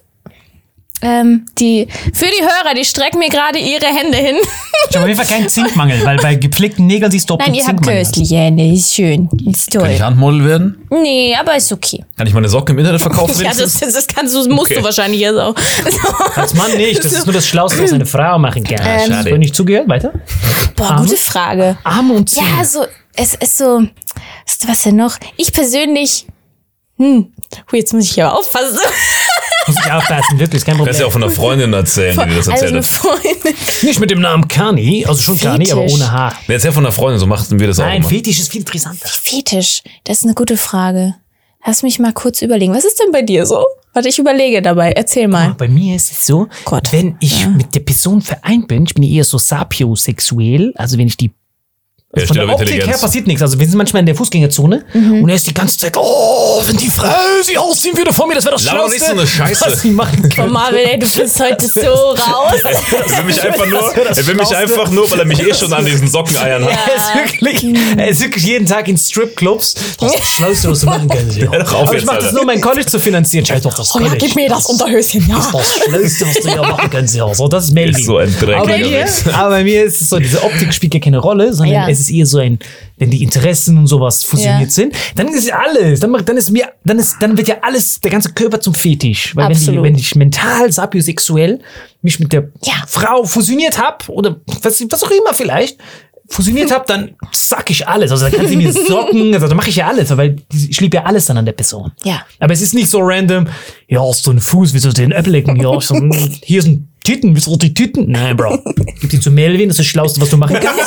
ähm, die, für die Hörer, die strecken mir gerade ihre Hände hin. Ich habe auf jeden Fall keinen Zinkmangel, weil bei gepflegten Nägeln siehst du, ob Nein, du ihr habt Zinkmangel hast. köstliche Hände, ist schön, ist Kann toll. ich Handmodel werden? Nee, aber ist okay. Kann ich meine Socken im Internet verkaufen? Ja, das, wenigstens? das kannst du, musst Okay. du wahrscheinlich jetzt auch. Als Mann nicht, das ist nur das Schlauste, was eine Frau machen kann. Ähm, Hast du nicht zugehört? Weiter? Boah, Arme? gute Frage. Arme und Zähne. Ja, so, es ist so, was denn noch? Ich persönlich, hm, hui, jetzt muss ich hier aufpassen. Muss ich aufpassen, wirklich, kein Du Problem. kannst ja auch von einer Freundin erzählen, die dir das Also erzählt eine hat. Freundin. Nicht mit dem Namen Kani, also schon Kani, aber Fetisch. ohne Haar. Nee, erzähl von einer Freundin, so machten wir das auch Nein, immer. Fetisch ist viel interessanter. Fetisch, das ist eine gute Frage. Lass mich mal kurz überlegen. Was ist denn bei dir so? Warte, ich überlege dabei. Erzähl mal. Bei mir ist es so, Gott. wenn ich mit der Person vereint bin, ich bin eher so sapiosexuell, also wenn ich die Ja, von steht der auf Optik Intelligenz. her passiert nichts. Also wir sind manchmal in der Fußgängerzone und er ist die ganze Zeit, oh, wenn die Frau sie ausziehen würde vor mir, das wäre das Laber nicht Schlauste, so eine Scheiße. was sie machen kann. Oh Marvin, ey, du bist heute so raus. Er will mich einfach nur, Das wär das er will mich Schlauste. einfach nur, weil er mich eh schon an diesen Sockeneiern hat. Er ist wirklich, er ist wirklich jeden Tag in Stripclubs. Das ist das Schlauste, was du machen kannst. Ja. Hör doch auf Aber ich jetzt, mache das Alter. nur, um mein College zu finanzieren. Scheiß doch das Oh ja, College. gib mir das Unterhöschen, ja. Das ist das Schlauste, was du ja machen kannst. Ja. So, das ist Melvin. Ist so ein Dreck. Aber bei, mir, aber bei mir ist es so, diese Optik spielt ja keine Rolle, sondern Ja. es ist eher so ein, wenn die Interessen und sowas fusioniert Ja. sind, dann ist ja alles, dann, dann ist mir, dann ist, dann wird ja alles, der ganze Körper zum Fetisch. Weil wenn, die, Absolut. wenn ich mental, sapiosexuell mich mit der Ja. Frau fusioniert habe, oder was, was auch immer vielleicht, fusioniert habe, dann sack ich alles. Also dann kann sie mir Socken, also dann mache ich ja alles, weil ich liebe ja alles dann an der Person. Ja. Aber es ist nicht so random, ja, hast du einen Fuß, willst du den Äpfel lecken? Ja, so, hier sind Tüten, willst du die Tüten? Nein, Bro. Gib die zu Melvin, das ist das Schlauste, was du machen kannst.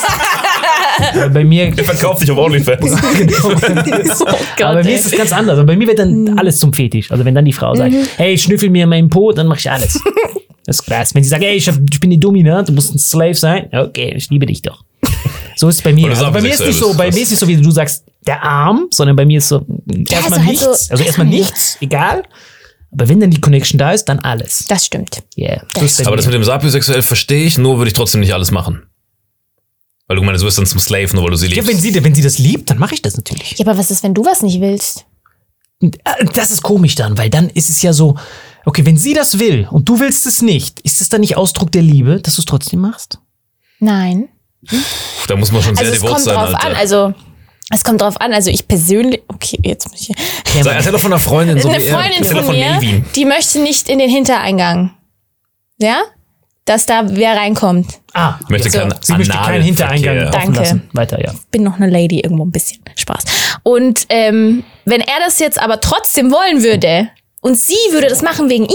Aber bei mir, Er verkauft sich auf OnlyFans. Oh aber bei mir ist es ganz anders. Aber bei mir wird dann alles zum Fetisch. Also wenn dann die Frau sagt, hey, schnüffel mir meinen Po, dann mache ich alles. Das ist krass. Wenn sie sagt, ey, ich, hab, ich bin die Domina, du musst ein Slave sein. Okay, ich liebe dich doch. So ist es bei mir. Weil du Also bei mir ist sapiosexuell nicht so, bist, bei krass. mir ist nicht so, wie du sagst, der Arm, sondern bei mir ist so, erstmal also halt nichts. so- Also erstmal nichts, egal. Aber wenn dann die Connection da ist, dann alles. Das stimmt. Yeah. So ist bei Aber mir. das mit dem sapiosexuell verstehe ich, nur würde ich trotzdem nicht alles machen. Weil du meinst, du wirst dann zum Slave, nur weil du sie Ja, liebst. wenn sie, wenn sie das liebt, dann mache ich das natürlich. Ja, aber was ist, wenn du was nicht willst? Und, äh, Das ist komisch dann, weil dann ist es ja so, okay, wenn sie das will und du willst es nicht, ist es dann nicht Ausdruck der Liebe, dass du es trotzdem machst? Nein. Da muss man schon sehr Also es devot kommt sein, drauf Alter. an. Also es kommt drauf an. Also ich persönlich, okay, jetzt muss ich. Sag, erzähl doch von einer Freundin, so Eine wie er. Freundin Erzähl doch von mir, Melvin. die möchte nicht in den Hintereingang. Ja? Dass da wer reinkommt. Ah, Ich möchte So. keinen sie möchte keinen Hintereingang Analverkehr. offen Danke. lassen. Weiter, ja. Bin noch eine Lady irgendwo ein bisschen. Spaß. Und ähm, wenn er das jetzt aber trotzdem wollen würde und sie würde das machen wegen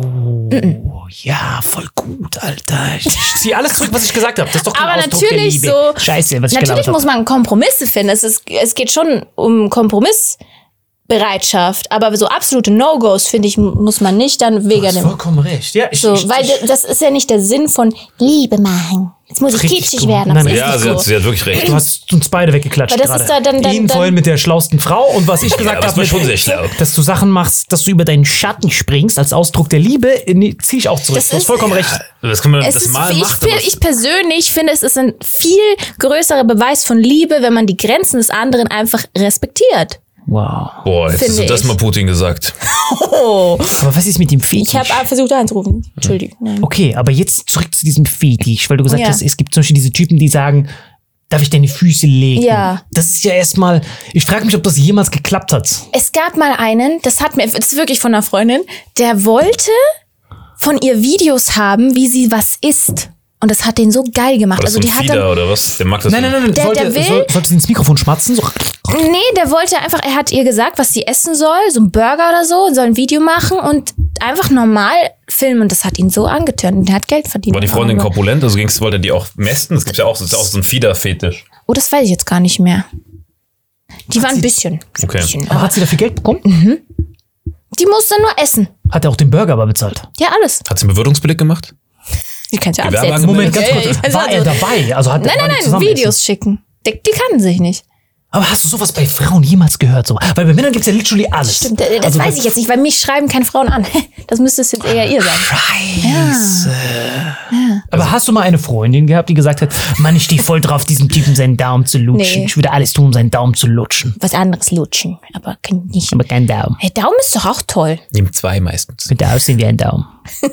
ihm, Oh ja, voll gut, Alter. Ich ziehe alles zurück, was ich gesagt habe. Das ist doch kein aber Ausdruck der natürlich Liebe. so. Scheiße, was ich Natürlich gelabert muss habe. man Kompromisse finden. Es, ist, es geht schon um Kompromiss Bereitschaft. Aber so absolute No-Gos, finde ich, muss man nicht dann Du wegen hast dem. vollkommen recht. Ja, ich, So, ich, weil ich, das ist ja nicht der Sinn von Liebe machen. Jetzt muss ich Richtig kitschig gut. werden. Nein, Das ist Ja, nicht sie hat, so. sie hat wirklich recht. du hast uns beide weggeklatscht Weil das gerade. ist da dann- dann- Ihn dann- vorhin mit der schlausten Frau und was ich gesagt aber das habe, war schon sehr schlau. dass du Sachen machst, dass du über deinen Schatten springst als Ausdruck der Liebe, nee, zieh ich auch zurück. Das du hast ist- vollkommen recht. Das kann man Es das ist, Mal ich, macht, per- aber ich persönlich finde, es ist ein viel größerer Beweis von Liebe, wenn man die Grenzen des anderen einfach respektiert. Wow. boah, jetzt hast finde du das ich. mal Putin gesagt. Oh. Aber was ist mit dem Fetisch? Ich habe versucht anzurufen. Entschuldigung. Nein. Okay, aber jetzt zurück zu diesem Fetisch, weil du gesagt Ja. hast, es gibt zum Beispiel diese Typen, die sagen, darf ich deine Füße legen? Ja. Das ist ja erstmal, ich frage mich, ob das jemals geklappt hat. Es gab mal einen, das hat mir, das ist wirklich von einer Freundin, der wollte von ihr Videos haben, wie sie was isst. Und das hat den so geil gemacht. War das Also so die ein hat Fieder dann, oder was? Der mag das Nein, nein, nein, nein. Der- sollte, der will- soll, sollte sie ins Mikrofon schmatzen? So. nee, der wollte einfach, er hat ihr gesagt, was sie essen soll, so ein Burger oder so, und soll ein Video machen und einfach normal filmen. Und das hat ihn so angetörnt. Und der hat Geld verdient. War die Freundin Aber- korpulent? Also ging's, wollte die auch mästen? Das gibt's ja auch, das ist ja auch so ein Fieder-Fetisch. Oh, das weiß ich jetzt gar nicht mehr. Die war ein bisschen. Okay. Ein bisschen Aber aber hat sie dafür Geld bekommen? die musste nur essen. Hat er auch den Burger aber bezahlt? Ja, alles. Hat sie einen Bewirtungsbeleg gemacht? Die kannst du ja Gewerbe absetzen. Moment, ganz Ja, kurz. ich weiß War er also- dabei? Also hat Nein, war nein, die nein, zusammen Videos essen? schicken. Die, die kannten sich nicht. Aber hast du sowas bei Frauen jemals gehört? So? Weil bei Männern gibt's ja literally alles. Stimmt, das Also weiß bei- ich jetzt nicht, weil mich schreiben keine Frauen an. Das müsste es jetzt eher ihr sein. Scheiße. Aber hast du mal eine Freundin gehabt, die gesagt hat, Mann, ich stehe voll drauf, diesem Typen seinen Daumen zu lutschen. Nee. Ich würde alles tun, um seinen Daumen zu lutschen. Was anderes lutschen, aber kann ich nicht. Aber kein Daumen. Hey, Daumen ist doch auch toll. Nimm zwei meistens. Könnte aussehen wie ein Daumen.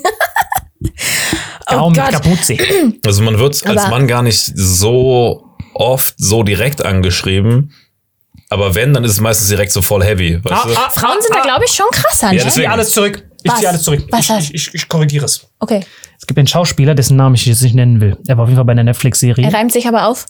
Daumen mit Gott. Kapuze. Also man wird als Aber- Mann gar nicht so oft so direkt angeschrieben. Aber wenn, dann ist es meistens direkt so voll heavy. Weißt du? Frauen sind da, glaube ich, schon krasser, ne? Ja, deswegen- alles zurück. Ich Was? ziehe alles zurück. Was ich, hast- ich, ich, ich korrigiere es. Okay. Es gibt einen Schauspieler, dessen Namen ich jetzt nicht nennen will. Er war auf jeden Fall bei einer Netflix-Serie. Er reimt sich aber auf.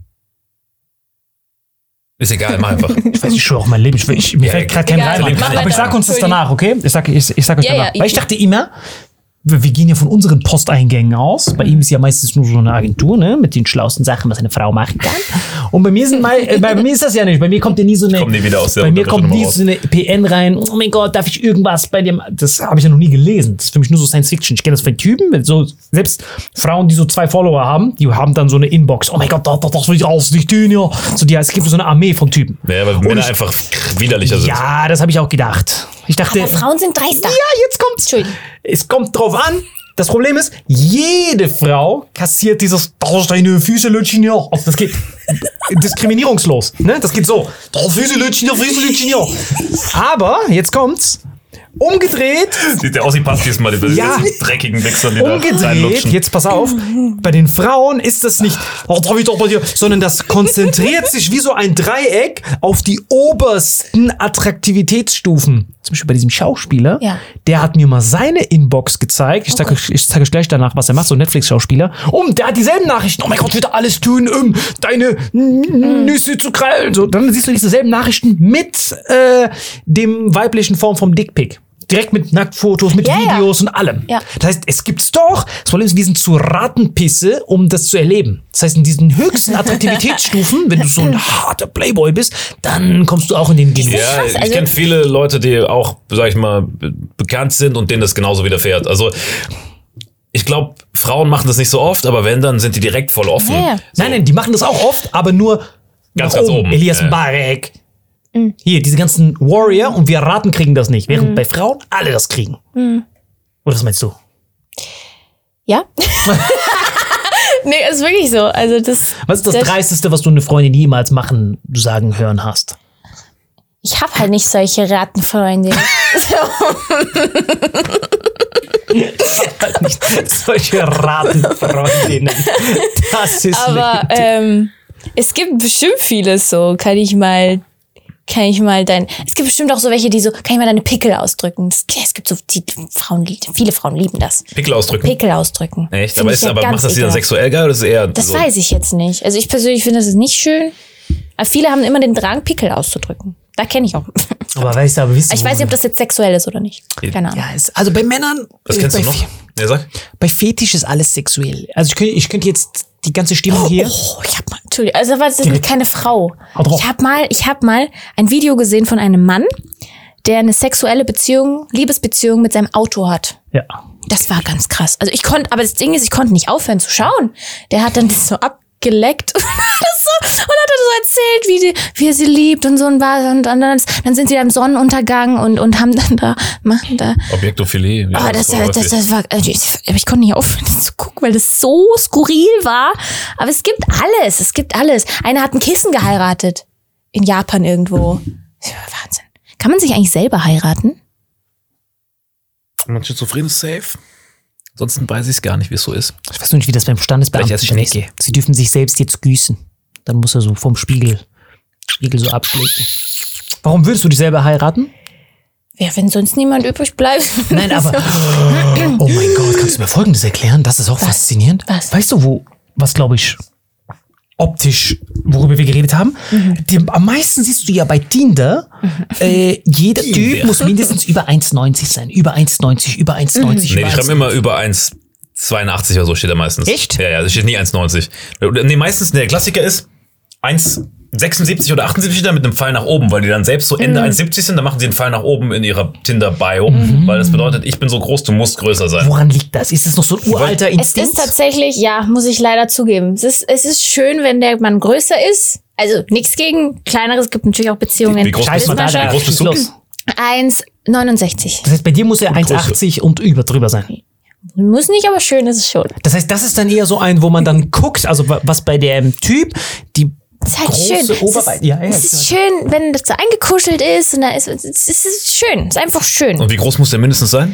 Ist egal, mach einfach. Ich weiß, ich schwöre auch mein Leben. Ich, ich, mir Ja, fällt gerade kein egal, Reim mach an. weiter. Aber ich sag uns das Entschuldigung. danach, okay? Ich sag, ich, ich sag euch Ja, danach. ja, Weil ich ich- dachte immer, wir, wir gehen ja von unseren Posteingängen aus. Bei ihm ist ja meistens nur so eine Agentur, ne? Mit den schlauesten Sachen, was eine Frau machen kann. Und bei mir, sind mal, äh, bei mir ist das ja nicht. Bei mir kommt ja nie so eine. Komm nie wieder aus der Bei mir Unterwäsche kommt nie raus. so eine P N rein. Oh mein Gott, darf ich irgendwas bei dem. Das habe ich ja noch nie gelesen. Das ist für mich nur so Science Fiction. Ich kenne das von Typen. So, selbst Frauen, die so zwei Follower haben, die haben dann so eine Inbox. Oh mein Gott, das, das will ich raus nicht tun, ja. So, die, es gibt so eine Armee von Typen. Ja, weil Und Männer ich- einfach widerlicher sind. Ja, das habe ich auch gedacht. Ich dachte. Aber Frauen sind dreister. Ja, jetzt kommt's. Entschuldigung. Es kommt drauf an. Das Problem ist, jede Frau kassiert dieses, da ist deine Füße lutschen, ja. Also das geht diskriminierungslos. Ne? Das geht so. Da Füße lutschen, ja, Füße lutschen, ja. Aber, jetzt kommt's. Umgedreht, Sieht der aus wie Pastis mal, die Ja. diesen dreckigen Wichsern, die da umgedreht, reinlutschen. jetzt pass auf, bei den Frauen ist das nicht, oh, darf ich doch bei dir, sondern das konzentriert sich wie so ein Dreieck auf die obersten Attraktivitätsstufen. Zum Beispiel bei diesem Schauspieler, Ja. der hat mir mal seine Inbox gezeigt. Ich sage euch, ich sag euch gleich danach, was er macht, so ein Netflix-Schauspieler. Und der hat dieselben Nachrichten. Oh mein Gott, wird er alles tun, um deine N- Nüsse zu krallen. So, dann siehst du dieselben Nachrichten mit äh, dem weiblichen Form vom Dickpick. Direkt mit Nacktfotos, mit Ja, ja. Videos und allem. Ja. Das heißt, es gibt's doch. Das Problem ist, wir sind zu Rattenpisse, um das zu erleben. Das heißt, in diesen höchsten Attraktivitätsstufen, wenn du so ein harter Playboy bist, dann kommst du auch in den Genuss. Ja, krass, ich also- kenne viele Leute, die auch, sag ich mal, be- bekannt sind und denen das genauso widerfährt. Also, ich glaube, Frauen machen das nicht so oft, aber wenn, dann sind die direkt voll offen. Ja, ja. So. Nein, nein, die machen das auch oft, aber nur Ganz, nach ganz oben. Elias Ja. Mbarek. Hier, diese ganzen Warrior und wir Raten kriegen das nicht, während bei Frauen alle das kriegen. Oder was meinst du? Ja? Nee, ist wirklich so. Also das. Was ist das Dreisteste, was du eine Freundin jemals machen, sagen, hören hast? Ich habe halt nicht solche Rattenfreunde. Halt nicht solche Ratenfreundinnen. Das ist Aber legitim. ähm, es gibt bestimmt vieles so. Kann ich mal, kann ich mal dein. Es gibt bestimmt auch so welche, die so, kann ich mal deine Pickel ausdrücken. Es, es gibt so die Frauen, viele Frauen lieben das. Pickel ausdrücken. Pickel ausdrücken. Echt? Find Aber, ich ist, ja aber ganz macht das die dann ekelhaft. sexuell geil oder ist es eher Das so? weiß ich jetzt nicht. Also ich persönlich finde, das ist nicht schön. Aber viele haben immer den Drang, Pickel auszudrücken. Da kenne ich auch. Aber weißt du, aber wisst Ich weiß nicht, ob das jetzt sexuell ist oder nicht. Keine Ahnung. Ja, ist, also bei Männern. Was äh, kennst bei du noch? Fe- Ja, sag. Bei Fetisch ist alles sexuell. Also ich könnte, ich könnte jetzt die ganze Stimmung hier. Oh, ich hab mal, Entschuldigung, also was ist Geh das weg. keine Frau? Hau drauf. Ich habe mal, ich habe mal ein Video gesehen von einem Mann, der eine sexuelle Beziehung, Liebesbeziehung mit seinem Auto hat. Ja. Das war ganz krass. Also ich konnte, aber das Ding ist, ich konnte nicht aufhören zu schauen. Der hat dann das so abgeleckt und hat das so, und hat dann so erzählt, wie, die, wie er sie liebt und so und war und dann, dann sind sie da im Sonnenuntergang und und haben dann da machen da. Objektophilie. Oh, das, das, das, das war, also ich, ich konnte nicht aufhören zu gucken, weil das so skurril war. Aber es gibt alles, es gibt alles. Einer hat ein Kissen geheiratet in Japan irgendwo. Das war Wahnsinn. Kann man sich eigentlich selber heiraten? Wenn man schizophren ist, safe. Ansonsten weiß ich es gar nicht, wie es so ist. Ich weiß nur nicht, wie das beim Standesbeamten Vielleicht esse ich ist. Sie dürfen sich selbst jetzt grüßen. Dann muss er so vom Spiegel, Spiegel so abschlägen. Warum würdest du dich selber heiraten? Ja, wenn sonst niemand übrig bleibt. Nein, aber oh mein Gott, kannst du mir Folgendes erklären? Das ist auch Was? faszinierend. Was? Weißt du, wo, was glaube ich, optisch, worüber wir geredet haben? Mhm. Die, am meisten siehst du ja bei Tinder, äh, jeder Typ muss mindestens über eins neunzig sein. Über eins neunzig, über eins neunzig. Nee, über die schreiben eins immer über eins zweiundachtzig oder so steht da meistens. Echt? Ja, ja, es steht nie eins neunzig. Nee, meistens, der Klassiker ist eins sechsundsiebzig oder achtundsiebzig da mit einem Pfeil nach oben, weil die dann selbst so Ende eins siebzig sind, dann machen sie einen Pfeil nach oben in ihrer Tinder-Bio, weil das bedeutet, ich bin so groß, du musst größer sein. Woran liegt das? Ist das noch so ein uralter Es Instinkt? ist tatsächlich, ja, muss ich leider zugeben. Es ist, es ist schön, wenn der Mann größer ist. Also nichts gegen Kleineres, es gibt natürlich auch Beziehungen. Wie groß Scheiß bist mal du? da, Wie da. groß bist du? Los. eins neunundsechzig. Das heißt, bei dir muss er eins achtzig und über drüber sein. Muss nicht, aber schön ist es schon. Das heißt, das ist dann eher so ein, wo man dann guckt, also wa- was bei dem Typ, die Es ist halt große schön. Es ist, Oberweite. Ja, ja, es ist schön, wenn das so eingekuschelt ist und da ist, es ist, es ist schön. Es ist einfach schön. Und wie groß muss der mindestens sein?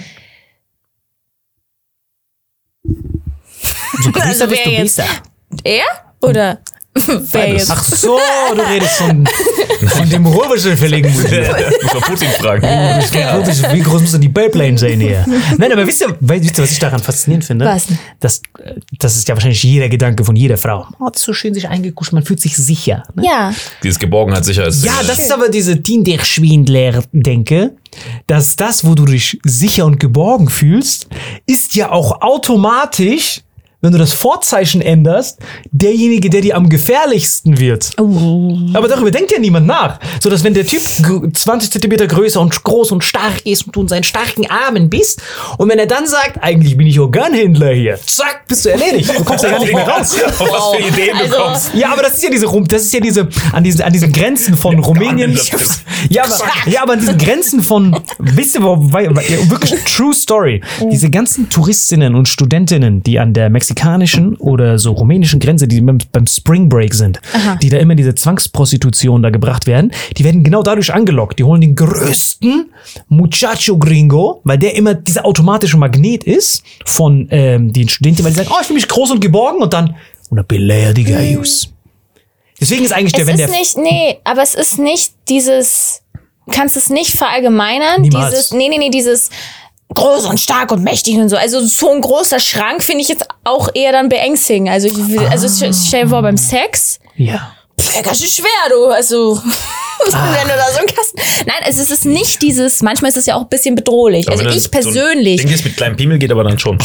so größer Also bist wer du jetzt- besser. Er? Oder wer Beides. jetzt? Ach so, du redest von, von dem Ruhrbeschel-Verlegen. Muss man Putin fragen. Wie groß muss denn die Bellplane sein hier? Nein, aber wisst ihr, wisst ihr, was ich daran faszinierend finde? Was denn? Das, das ist ja wahrscheinlich jeder Gedanke von jeder Frau. Oh, das ist so schön sich eingekuschelt, man fühlt sich sicher. Ne? Ja. Dieses Geborgenheit, Sicherheit. Ja, das ist aber diese Tinder-Schwindler-Denke, dass das, wo du dich sicher und geborgen fühlst, ist ja auch automatisch, wenn du das Vorzeichen änderst, derjenige, der dir am gefährlichsten wird. Aber darüber denkt ja niemand nach. So dass wenn der Typ gr- zwanzig Zentimeter größer und groß und stark ist und du in seinen starken Armen bist und wenn er dann sagt, eigentlich bin ich Organhändler hier, zack, bist du erledigt. Du kommst ja gar nicht mehr raus. Auf was für Ideen du Also- kommst. Ja, aber das ist ja diese Rum, das ist ja diese an diesen an diesen Grenzen von Rumänien. Ja, aber ja, aber an diesen Grenzen von wisst ihr, wo, weil, weil, ja, wirklich true story. Diese ganzen Touristinnen und Studentinnen, die an der mexikanischen oder so rumänischen Grenze, die beim, beim Spring Break sind, die da immer in diese Zwangsprostitution da gebracht werden, die werden genau dadurch angelockt. Die holen den größten Muchacho Gringo, weil der immer dieser automatische Magnet ist von ähm, den Studenten, weil die sagen, oh, ich fühle mich groß und geborgen und dann una beleidiger Jus. Deswegen ist eigentlich der, Es wenn ist der nicht, nee, aber es ist nicht dieses, kannst es nicht verallgemeinern. Niemals. Dieses, nee, nee, nee, dieses groß und stark und mächtig und so. Also so ein großer Schrank finde ich jetzt auch eher dann beängstigend. Also ich will, also Ah. stell dir vor, beim Sex, ja. pff, ganz schön schwer, du. Also, wenn du da so einen Kasten. Nein, also es ist nicht dieses, manchmal ist es ja auch ein bisschen bedrohlich. Also ich persönlich, Ding, das mit kleinem Piemel geht aber dann schon.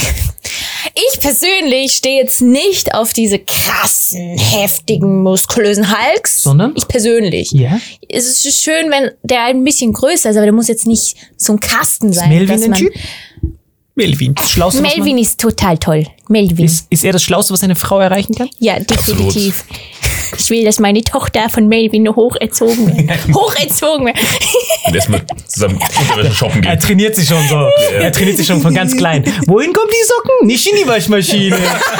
ich persönlich stehe jetzt nicht auf diese krassen, heftigen, muskulösen Hulks. Sondern? Ich persönlich. Ja. Es ist schön, wenn der ein bisschen größer ist, aber der muss jetzt nicht so ein Kasten sein. Melvin dass ein man- Typ? Melvin. Das Schlauste, was Melvin man, ist total toll. Melvin. ist, ist er das Schlauste, was eine Frau erreichen kann? Ja, definitiv. Ich will, dass meine Tochter von Melvin hocherzogen wird. hocherzogen wird. Und erstmal zusammen Unterwäsche shoppen Er gehen. trainiert sich schon so. Er trainiert sich schon von ganz klein. Wohin kommen die Socken? Nicht in die Waschmaschine.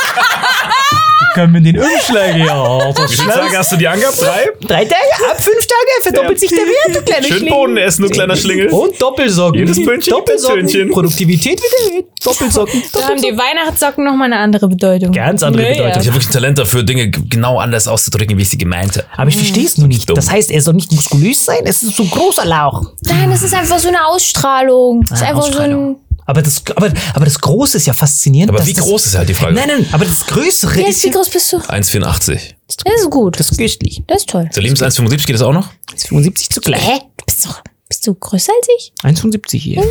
Die kommen in den Umschlag, ja. Das Wie viele Tage hast du die angehabt? Drei? Drei Tage, ab fünf Tage verdoppelt sich der Wert, du kleiner Schön Schlingel. Bohnen essen, du kleiner Schlingel. Und Doppelsocken. Jedes Pünktchen gibt ein Doppelsocken. Tönchen. Produktivität wieder erhöht. Doppelsocken. Da haben die Weihnachtssocken nochmal eine andere Bedeutung. Ganz andere Ja, Bedeutung. Ich habe wirklich ein Talent dafür, Dinge g- genau anders auszudrücken, wie ich sie gemeint habe. Aber ich verstehe es nur nicht. Dumm. Das heißt, er soll nicht muskulös sein, es ist so ein großer Lauch. Nein, das ist einfach so eine Ausstrahlung. Das ist Ah, einfach Ausstrahlung. so Aber das, aber, aber das Große ist ja faszinierend. Aber dass wie das, groß ist halt die Frage? Nein, nein, aber das Größere ein. Wie, ist wie ja, groß bist du? eins Komma vierundachtzig. Das ist gut. das ist köstlich. Das ist toll. Der Lebens eins Komma fünfundsiebzig geht das auch noch? Das ist fünfundsiebzig zu klein. Hä? Du bist doch, bist du größer als ich? eins Komma fünfundsiebzig hier.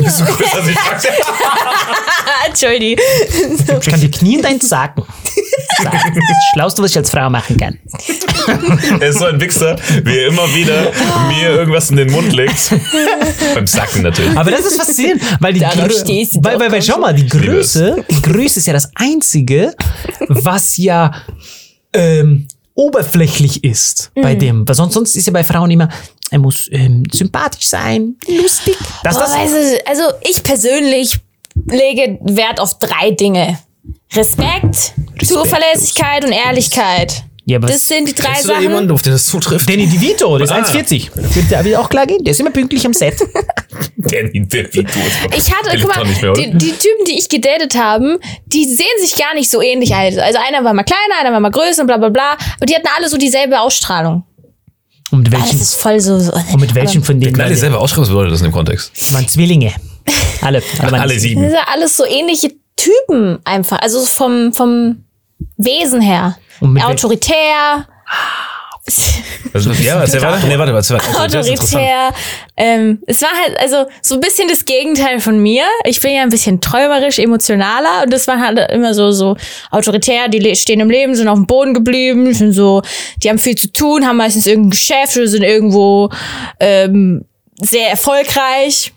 Ah, Entschuldigung. Ich kann dir Knie in deinen Zacken. Sagen. Das ist das Schlauste, was ich als Frau machen kann. Er ist so ein Wichser, wie er immer wieder mir irgendwas in den Mund legt. Beim Sacken natürlich. Aber das ist faszinierend, weil die Darauf Grö- stehst du weil, doch, weil, weil, schau mal, die liebe Größe, die Größe ist ja das Einzige, was ja ähm, oberflächlich ist bei dem. Weil sonst, sonst ist ja bei Frauen immer, er muss ähm, sympathisch sein, lustig. Das, Boah, das, weißt du, also ich persönlich lege Wert auf drei Dinge. Respekt, Zuverlässigkeit und Ehrlichkeit. ja, aber Das sind die drei Kennst du da Sachen. jemanden, auf den das zutrifft? Danny DeVito, der ist Ah. eins vierzig. Der will auch klar gehen, der ist immer pünktlich am Set. Danny DeVito. Ich hatte, Der guck lebt mal, doch nicht mehr, oder? die, die Typen, die ich gedatet haben, die sehen sich gar nicht so ähnlich. Also einer war mal kleiner, einer war mal größer und bla bla bla. Aber die hatten alle so dieselbe Ausstrahlung. Und mit Ah, das welchen, ist voll so. so. und mit welchen von denen? Nein, waren die? selber ausschreiben, was bedeutet das in dem Kontext? Das waren Zwillinge. Alle. Alle, waren Alle Das sieben. sind ja alles so ähnliche Typen einfach. Also vom, vom Wesen her. Und mit wel- Autoritär. Also, ja, erzähl weiter. Nee, warte, warte. warte. Das ist interessant. Autoritär. Ähm, es war halt also so ein bisschen das Gegenteil von mir. Ich bin ja ein bisschen träumerisch, emotionaler und das war halt immer so so autoritär. Die le- stehen im Leben, sind auf dem Boden geblieben, sind so, die haben viel zu tun, haben meistens irgendein Geschäft oder sind irgendwo ähm, sehr erfolgreich.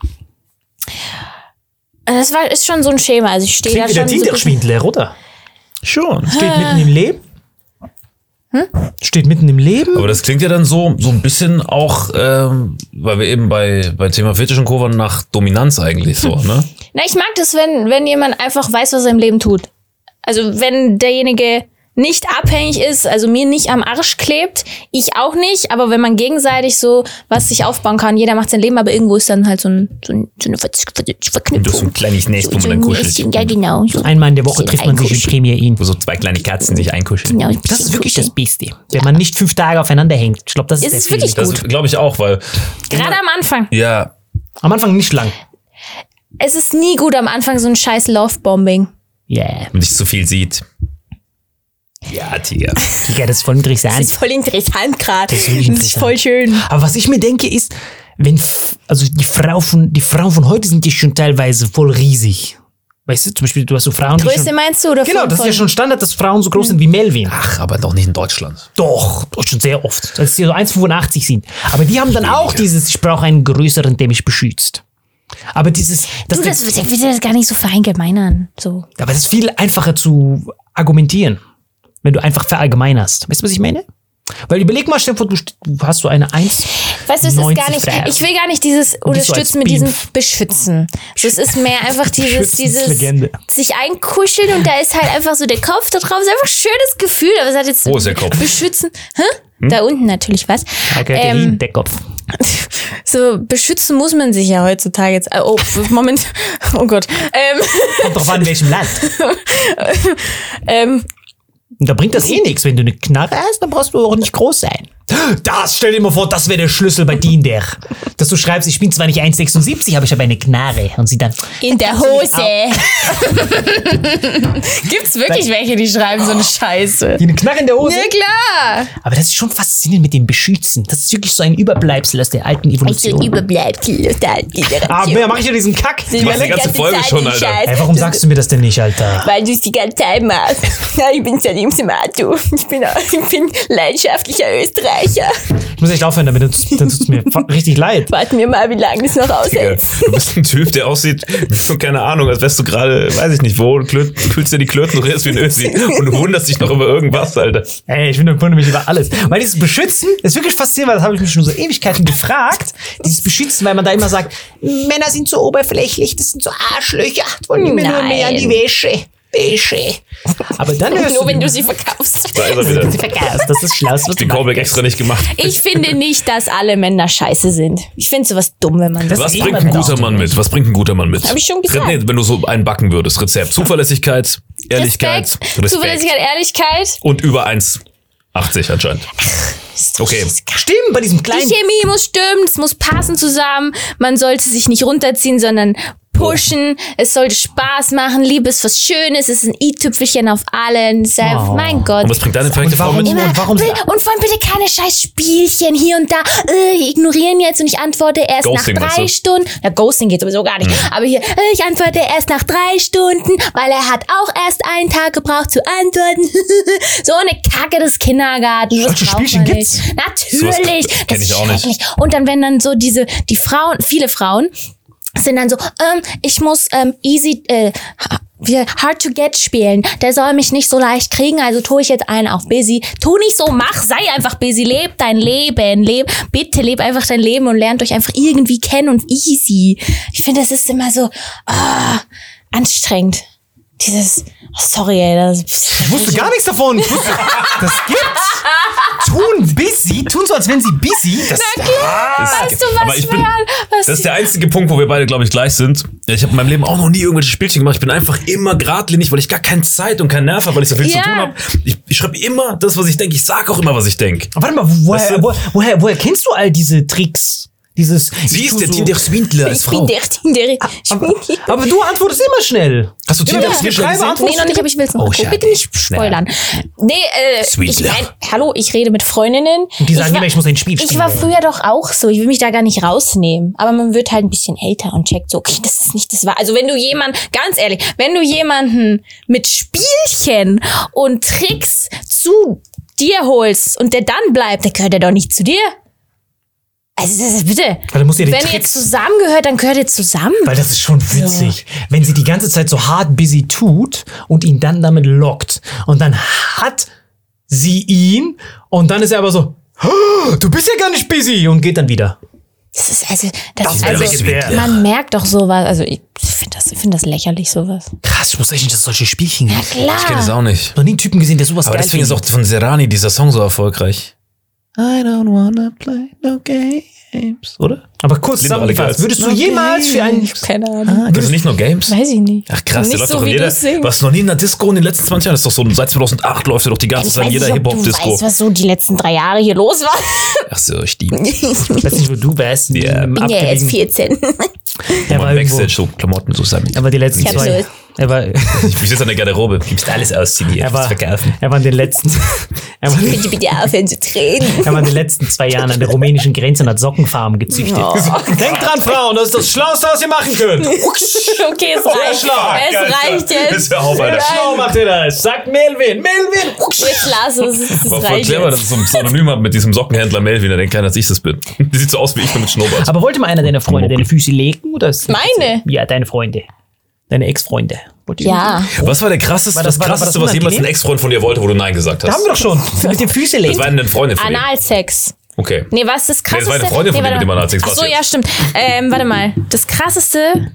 Das war ist schon so ein Schema. Also ich stehe da Klingt wie der schon so ein bisschen- Tinder-Schwindler, oder? Schon. Steht mitten im Leben. Steht mitten im Leben. Aber das klingt ja dann so, so ein bisschen auch, ähm, weil wir eben bei, bei Thema Fetisch und Co. waren, nach Dominanz eigentlich so, ne? Na, ich mag das, wenn, wenn jemand einfach weiß, was er im Leben tut. Also wenn derjenige nicht abhängig ist, also mir nicht am Arsch klebt, ich auch nicht, aber wenn man gegenseitig so was sich aufbauen kann, jeder macht sein Leben, aber irgendwo ist dann halt so, ein, so, ein, so eine Ver Ver Verknüpfung. Du hast so ein kleines Nest, wo man dann ein kuschelt. Nestchen, ja genau. So. Einmal in der Woche Bisschen trifft man sich und einkuscheln. prämiert ihn. Wo so zwei kleine Katzen sich einkuscheln. Genau, ein Das ist bisschen wirklich das kuscheln. Beste. Wenn man nicht fünf Tage aufeinander hängt. Ich glaube, das ist, Es der ist wirklich Feeling. gut. Das glaube ich auch, weil, Gerade am Anfang. ja, Am Anfang nicht lang. Es ist nie gut am Anfang so ein scheiß Love-Bombing. Yeah. man nicht so viel sieht. Ja, Tiger. Digga, das ist voll Das interessant. ist voll interessant gerade. Das Das ist wirklich ist interessant. voll schön. Aber was ich mir denke ist, wenn, f- also die Frau von, die Frauen von heute sind ja schon teilweise voll riesig. Weißt du, zum Beispiel, du hast so Frauen, die Größe schon, meinst du? Oder genau, von- das ist ja von- schon Standard, dass Frauen so groß sind wie Melvin. Ach, aber doch nicht in Deutschland. Doch, doch schon sehr oft. Dass sie so eins Komma fünfundachtzig sind. Aber die haben dann auch dieses, ich brauche einen größeren, der mich beschützt. Aber dieses, das, Du, das, ich will das gar nicht so verallgemeinern. So. aber das ist viel einfacher zu argumentieren, wenn du einfach verallgemeinerst. Weißt du, was ich meine? Weil überleg mal, stell dir vor, du, st- du hast so eine eins. Weißt du, es ist gar neunzig nicht, Frauen. ich will gar nicht dieses bist so unterstützen als mit diesem Beef. Beschützen. So, es ist mehr einfach dieses, dieses Beschützenslegende. sich einkuscheln und da ist halt einfach so der Kopf da drauf. Ist einfach ein schönes Gefühl, aber es hat jetzt Wo ist der Kopf? Beschützen. Hä? Da unten natürlich was. Da gehört Ähm, der hin, der Kopf. So, beschützen muss man sich ja heutzutage jetzt. Oh, Moment. Oh Gott. Ähm, Kommt drauf an, in welchem Land. ähm, Und da bringt das eh nichts. Wenn du eine Knarre hast, dann brauchst du auch nicht groß sein. Das, stell dir mal vor, das wäre der Schlüssel bei Tinder. Dass du schreibst, ich bin zwar nicht eins Komma sechsundsiebzig, aber ich habe eine Knarre. Und sie dann, in der Hose. Gibt's wirklich welche, die schreiben so eine Scheiße? die eine Knarre in der Hose. Ja, klar. Aber das ist schon faszinierend mit dem Beschützen. Das ist wirklich so ein Überbleibsel aus der alten Also Evolution. Überbleibsel aus der alten Ah, Generation. mehr mache ich ja diesen Kack. Sie machst die ganze Folge schon, Alter. Ey, warum sagst du mir das denn nicht, Alter? Weil du es die ganze Zeit machst. Ja, ich bin Salim Samato. Ich bin, ich bin leidenschaftlicher Österreicher. Ich muss echt aufhören damit, sonst tut es mir fa- richtig leid. Warten wir mal, wie lange das noch Ja, aushält. du bist ein Typ, der aussieht, wie so, keine Ahnung, als wärst du gerade, weiß ich nicht wo, klöt, kühlst dir die Klöten, du redest wie ein Ösi und du wunderst dich noch über irgendwas, Alter. Ey, ich bin wundere mich über alles. Weil dieses Beschützen ist wirklich faszinierend, weil das habe ich mich schon so Ewigkeiten gefragt. Dieses Beschützen, weil man da immer sagt, Männer sind so oberflächlich, das sind so Arschlöcher, wollen immer nur mehr an die Wäsche. Wäsche. Aber dann hörst Nur wenn du die- sie verkaufst. Da ist er wieder. Sie vergaßt, das ist das Schlauste, was du Den machen Callback kannst. extra nicht gemacht. Ich finde nicht, dass alle Männer scheiße sind. Ich finde sowas dumm, wenn man das. Was eh bringt immer ein mit guter auf Mann den mit? Was bringt ein guter Mann mit? Hab ich schon gesagt. Nee, wenn du so einen backen würdest. Rezept. Zuverlässigkeit, Ehrlichkeit, Respekt, Respekt. Zuverlässigkeit, Ehrlichkeit. Und über eins Komma achtzig anscheinend. Okay. Stimmt, bei diesem Die kleinen... Chemie muss stimmen, es muss passen zusammen. Man sollte sich nicht runterziehen, sondern pushen, es sollte Spaß machen, Liebe ist was Schönes, es ist ein i-Tüpfelchen auf allen. Deshalb, Oh. mein Gott. Und was bringt deine perfekte Und Frau warum- mit? Immer, Und warum- bitte, und vor allem bitte keine scheiß Spielchen hier und da. Äh, ignorieren jetzt und ich antworte erst Ghosting, nach meinst drei du? Stunden. Ja, Ghosting geht sowieso gar nicht. Aber hier, äh, ich antworte erst nach drei Stunden, weil er hat auch erst einen Tag gebraucht zu antworten. So eine Kacke des Kindergartens. Das Solche braucht Spielchen man gibt's? nicht. Sowas Natürlich. kenn Das ich ist auch nicht. schrecklich. Und dann, wenn dann so diese, die Frauen, viele Frauen, sind dann so, ähm, ich muss ähm, easy, äh, wir hard to get spielen. Der soll mich nicht so leicht kriegen, also tue ich jetzt einen auf busy. Tu nicht so, mach, sei einfach busy, leb dein Leben, leb, bitte leb einfach dein Leben und lernt euch einfach irgendwie kennen und easy. Ich finde, das ist immer so ah, anstrengend. Dieses, oh, sorry, ey, das, Ich wusste gar nichts davon. Ich wusste, das gibt's. Tun busy, tun so, als wenn sie busy. Das, weißt du was, Aber ich bin, Jan? Was das ist der einzige Punkt, wo wir beide, glaube ich, gleich sind. Ich habe in meinem Leben auch noch nie irgendwelche Spielchen gemacht. Ich bin einfach immer geradlinig, weil ich gar keine Zeit und keinen Nerv habe, weil ich so viel Ja. zu tun habe. Ich, ich schreibe immer das, was ich denke. Ich sag auch immer, was ich denke. Warte mal, woher, Weißt du? woher, woher, woher kennst du all diese Tricks? Dieses. Sie ich ist tu der so- Tinder-Swindler als ich bin Frau. der Tinder. Ich bin Aber, aber du antwortest immer schnell. Hast du Ja, Tinder ja, Swindler schreibe gesehen? Antwort. Nee, noch nicht, aber ich will es noch. Oh, Oh, schade. bitte nicht spoilern. Nee, äh, ich Sweetler. mein, hallo, ich rede mit Freundinnen. Und die sagen ich immer, ich muss ein Spiel Ich spielen. war früher doch auch so. Ich will mich da gar nicht rausnehmen. Aber man wird halt ein bisschen älter und checkt so, okay, das ist nicht das Wahr. Also wenn du jemanden, ganz ehrlich, wenn du jemanden mit Spielchen und Tricks zu dir holst und der dann bleibt, dann gehört er doch nicht zu dir. Also das ist, bitte. Weil du musst dir die Wenn ihr Tricks. zusammengehört, dann gehört ihr zusammen. Weil das ist schon witzig, wenn sie die ganze Zeit so hart busy tut und ihn dann damit lockt. Und dann hat sie ihn und dann ist er aber so, "Oh, du bist ja gar nicht busy und geht dann wieder. Das ist also, das, Das ist wäre also Swindler. man merkt doch sowas. Also ich finde das, ich finde das lächerlich, sowas. Krass, ich wusste echt nicht, dass es solche Spielchen gibt. Klar. Ich kenne das auch nicht. Noch nie einen Typen gesehen, der sowas Aber geil deswegen ist auch findet. von Serrani dieser Song so erfolgreich. I don't wanna play no games. Oder? Aber kurz Lied noch alle zusammengefasst, geil. würdest du jemals für einen... Keine Ahnung. Ah, kennst du nicht nur Games? Weiß ich nicht. Ach krass, der Nicht läuft so, doch in wie jeder. du singst. Warst du noch nie in der Disco in den letzten zwanzig Jahren? Das ist doch so, seit zweitausendacht läuft er doch die ganze Ich Zeit in weiß jeder nicht, ob du Hip-Hop-Disco. weißt, was so die letzten drei Jahre hier los war. Ach so, stimmt. Ich weiß nicht, wo du wärst. in Ja. diesem Ich bin ja erst abgelegenen- vierzehn. Er war Man irgendwo. Backstage so Klamotten zusammen. Er war die letzten Ich hab zwei. so- Er war, Ich sitze an der Garderobe. Gibst alles ausziehen hier. er war, verkaufen. er war in den letzten, er war, Bitte, bitte aufhören zu tränen. er war in den letzten zwei Jahren an der rumänischen Grenze und hat Sockenfarmen gezüchtet. Denkt dran, Frauen, das ist das Schlauste, was ihr machen könnt. Okay, es reicht. schlau. Es reicht Das jetzt. wäre auf, Alter. Schlau macht ihr das. Sagt Melvin, Melvin. Jetzt lass es. Es War voll reicht clever, dass jetzt. ich so ein Synonym habe mit diesem Sockenhändler Melvin. Der denkt keiner, dass ich das bin. Die sieht so aus wie ich, nur mit Schnurrbart. Aber wollte mal einer deiner Freunde deine Füße legen? Oder ist Meine? Ja, deine Freunde. Deine Ex-Freunde. Wollt ihr- Ja. Was war der krasseste, War das- das, war das- war das krasseste, was jemals ein unangenehm? Ex-Freund von dir wollte, wo du Nein gesagt Da hast? haben wir doch schon. Mit den Füße Das legen. war eine Freundin von dir. Analsex. Okay. Nee, was ist das Nee, das krasseste? war eine Freundin von dir, warte mit der man mal. Analsex Ach war so, jetzt. ja, stimmt. Ähm, warte mal. Das krasseste.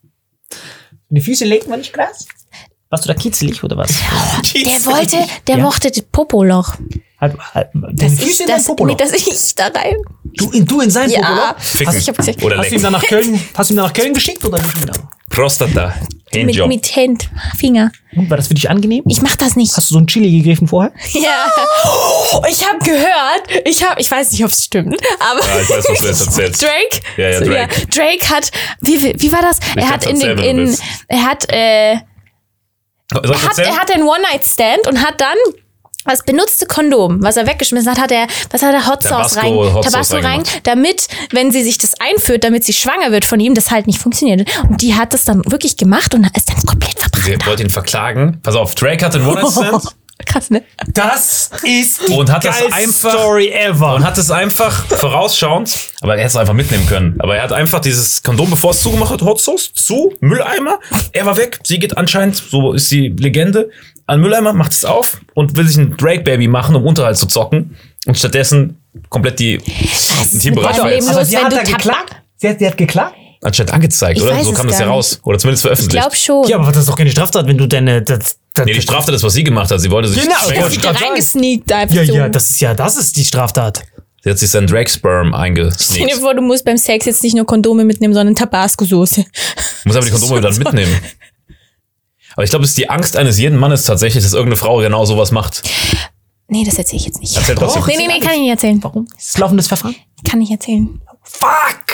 Die Füße legt man nicht krass? Warst du da kitzelig oder was? Der wollte, der Ja. mochte das Popoloch. Hat, hat, deine Dass Füße ich in dein das, Popoloch? nee, dass ich da rein. Du in, du in sein Ja. Popoloch? Ficken. Ich hab gesagt, Oder Hast du ihm lecken. dann nach Köln, hast du ihm dann nach Köln geschickt oder nicht genau? Prostata. mit, Handjob. mit Hand, Finger. Und war das für dich angenehm? Ich mach das nicht. Hast du so ein Chili gegriffen vorher? Ja. Oh, ich habe gehört, ich habe, ich weiß nicht, ob es stimmt, aber Ja, ich weiß, was du jetzt erzählst. Drake, Ja, ja, so, Drake. Drake hat, wie, wie, wie war das? Ich er hat kann's in den, erzählen, wenn du in, willst. er hat, äh, Soll ich er hat, erzählen? er hat einen One-Night-Stand und hat dann das benutzte Kondom, was er weggeschmissen hat, hat er, was hat er Hot Sauce Tabasco, rein, Hot Sauce Tabasco rein, reingemacht. damit, wenn sie sich das einführt, damit sie schwanger wird von ihm, das halt nicht funktioniert. Und die hat das dann wirklich gemacht und ist dann komplett verbrannt. Sie wollte ihn verklagen. Pass auf, Drake hatte einen One-Night-Stand Krass, ne? Das ist die Und hat das geilste einfach- Story ever. und hat es einfach vorausschauend, aber er hätte es einfach mitnehmen können. Aber er hat einfach dieses Kondom, bevor es zugemacht hat, Hot Sauce, zu, Mülleimer. Er war weg. Sie geht anscheinend, so ist die Legende, an den Mülleimer, macht es auf und will sich ein Drake-Baby machen, um Unterhalt zu zocken. Und stattdessen komplett die Intimbereich deinem Leben war los, aber sie wenn hat du da Tabak- geklagt? Sie hat, sie hat geklagt? anscheinend angezeigt, Ich oder? weiß So es kam das ja gar raus. Oder zumindest Ich veröffentlicht. glaube schon. Ja, aber das ist doch keine Straftat, wenn du deine... Das, das, Nee, die Straftat ist, was sie gemacht hat. Sie wollte sich Genau, Er schwängern. wollte ist ich da grad sagen. reingesneakt einfach ja, so. ja, das ist ja, das ist die Straftat. Sie hat sich seinen Drake-Sperm Stell dir eingesneakt. vor, du musst beim Sex jetzt nicht nur Kondome mitnehmen, sondern Tabasco-Soße. Muss aber die Kondome dann mitnehmen. Aber ich glaube, es ist die Angst eines jeden Mannes tatsächlich, dass irgendeine Frau genau sowas macht. Nee, das erzähle ich jetzt nicht. Erzähl trotzdem. Nee, nee, nee, kann ich nicht erzählen. Warum? Ist das laufendes Verfahren? Kann ich erzählen. Fuck!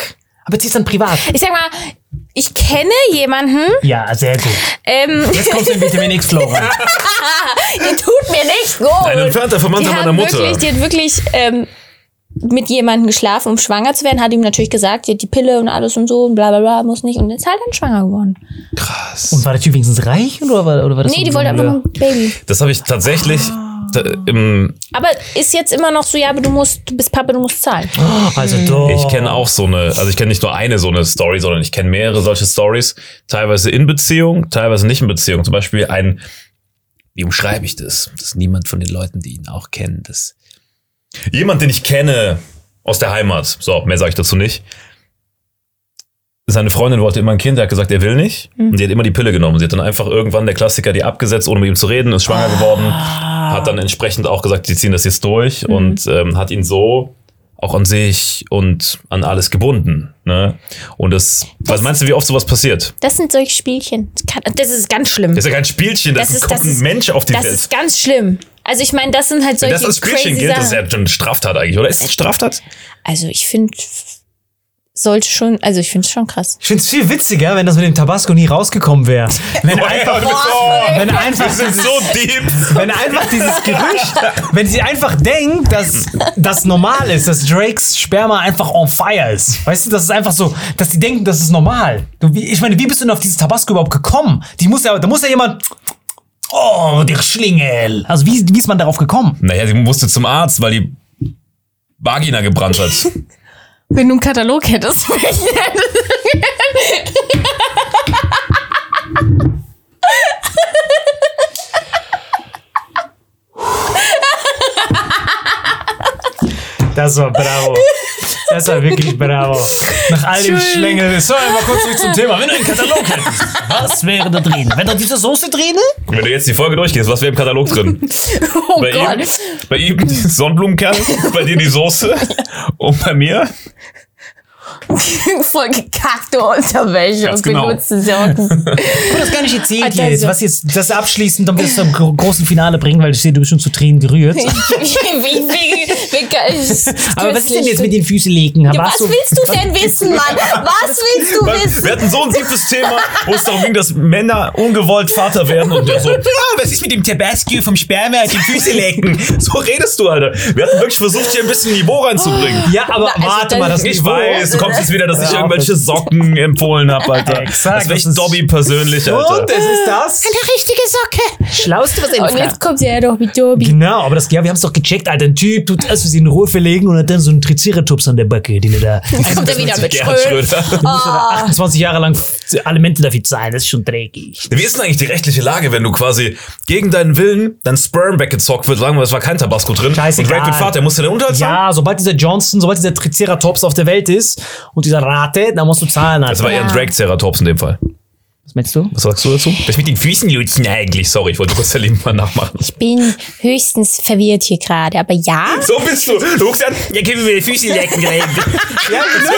Aber jetzt dann privat. Ich sag mal, ich kenne jemanden. Ja, sehr gut. Ähm, Jetzt kommst du in Vitamin X Flow rein. Ihr tut mir nicht gut. Ein entfernter Verwandter die meiner hat Mutter. Wirklich, die hat wirklich ähm, mit jemandem geschlafen, um schwanger zu werden. Hat ihm natürlich gesagt, die hat die Pille und alles und so und bla bla bla, muss nicht. Und ist halt dann schwanger geworden. Krass. Und war der Typ wenigstens reich oder war, oder war das Nee, so die ein wollte einfach Jongleur? nur ein Baby. Das habe ich tatsächlich da, im, Aber ist jetzt immer noch so, ja, aber du musst, du bist Papa, du musst zahlen. Also doch. ich kenne auch so eine, also ich kenne nicht nur eine so eine Story, sondern ich kenne mehrere solche Stories, teilweise in Beziehung, teilweise nicht in Beziehung. Zum Beispiel ein, wie umschreibe ich das? Das ist niemand von den Leuten, die ihn auch kennen. Das jemand, den ich kenne aus der Heimat. So, mehr sage ich dazu nicht. Seine Freundin wollte immer ein Kind, er hat gesagt, er will nicht. Mhm. Und die hat immer die Pille genommen. Sie hat dann einfach irgendwann, der Klassiker, die abgesetzt, ohne mit ihm zu reden, ist schwanger ah. geworden. Hat dann entsprechend auch gesagt, die ziehen das jetzt durch. Mhm. Und ähm, hat ihn so auch an sich und an alles gebunden. Ne? Und das, das was meinst du, wie oft sowas passiert? Das sind solche Spielchen. Das, kann, das ist ganz schlimm. Das ist ja kein Spielchen, das, das ist, kommt das ein ist, Mensch auf die das Welt. Das ist ganz schlimm. Also ich meine, das sind halt solche Wenn das als Spielchen gilt, das ist ja schon eine Straftat eigentlich, oder? Ist das Straftat? Also ich finde, sollte schon, also ich finde es schon krass. Ich finde es viel witziger, wenn das mit dem Tabasco nie rausgekommen wäre. Wenn einfach, oh, wenn einfach, das ist so deep. Wenn einfach dieses Gerücht, wenn sie einfach denkt, dass das normal ist, dass Drakes Sperma einfach on fire ist. Weißt du, das ist einfach so, dass die denken, das ist normal. Du, wie, ich meine, wie bist du denn auf dieses Tabasco überhaupt gekommen? Die muss ja, da muss ja jemand, oh, der Schlingel. Also wie, wie ist man darauf gekommen? Naja, sie musste zum Arzt, weil die Vagina gebrannt hat. Wenn du einen Katalog hättest. Das war bravo. Das war wirklich bravo. Nach all dem Schlängel. So, mal kurz zurück zum Thema. Wenn du einen Katalog hättest, was wäre da drin? Wäre da diese Soße drin? Wenn du jetzt die Folge durchgehst, was wäre im Katalog drin? Oh bei Gott. Ihm, bei ihm die Sonnenblumenkerne, bei dir die Soße und bei mir voll gekackte Unterwäsche Ganz und genau. benutzte Socken. Ich kann das gar nicht erzählt Alter, jetzt. so- Was jetzt das abschließend, dann wirst du am gro- großen Finale bringen, weil ich sehe, du bist schon zu Tränen gerührt. wie, wie, wie, wie geil ist Aber was ist denn jetzt mit den Füßen legen? Ja, was willst du denn wissen, Mann? Was willst du Weil wissen? wir hatten so ein tiefes Thema, wo es darum ging, dass Männer ungewollt Vater werden und der so, ja, was ist mit dem Tabasco vom Sperma, die Füße lecken? So redest du, Alter. Wir hatten wirklich versucht, hier ein bisschen Niveau reinzubringen. Ja, aber Na, also warte das- mal, das Ich Niveau. weiß, du kommst jetzt wieder, dass ich Ja, irgendwelche Socken empfohlen habe, Alter. Exakt, Das wäre das ist- Dobby persönlich, Alter. Und es ist das Eine richtige Socke. Schlauste, was Und jetzt kommt sie ja doch mit Tobi. Genau, aber das, ja, wir haben es doch gecheckt, Alter. Ein Typ tut erst für sie in Ruhe verlegen und hat dann so einen Triceratops an der Backe, den er da. Jetzt kommt er wieder mit Gerhard Schröd. Schröder. achtundzwanzig Jahre lang Alimente dafür zahlen, das ist schon dreckig. Wie ist denn eigentlich die rechtliche Lage, wenn du quasi gegen deinen Willen dein Sperm weggezockt wird? Sagen wir, es war kein Tabasco drin. Scheißegal. Und Drake wird Vater, musst du den Unterhalt zahlen? Ja, sobald dieser Johnson, sobald dieser Triceratops auf der Welt ist und dieser Rate, dann musst du zahlen. Das war Alter. eher ein Drake-Ceratops in dem Fall. Was meinst du? Was sagst du dazu? Das mit den Füßen lutschen eigentlich. Sorry, ich wollte kurz der Lieben mal nachmachen. Ich bin höchstens verwirrt hier gerade, aber ja. So bist du. Du guckst an, ja, können wir die Füße lecken reden. Ja,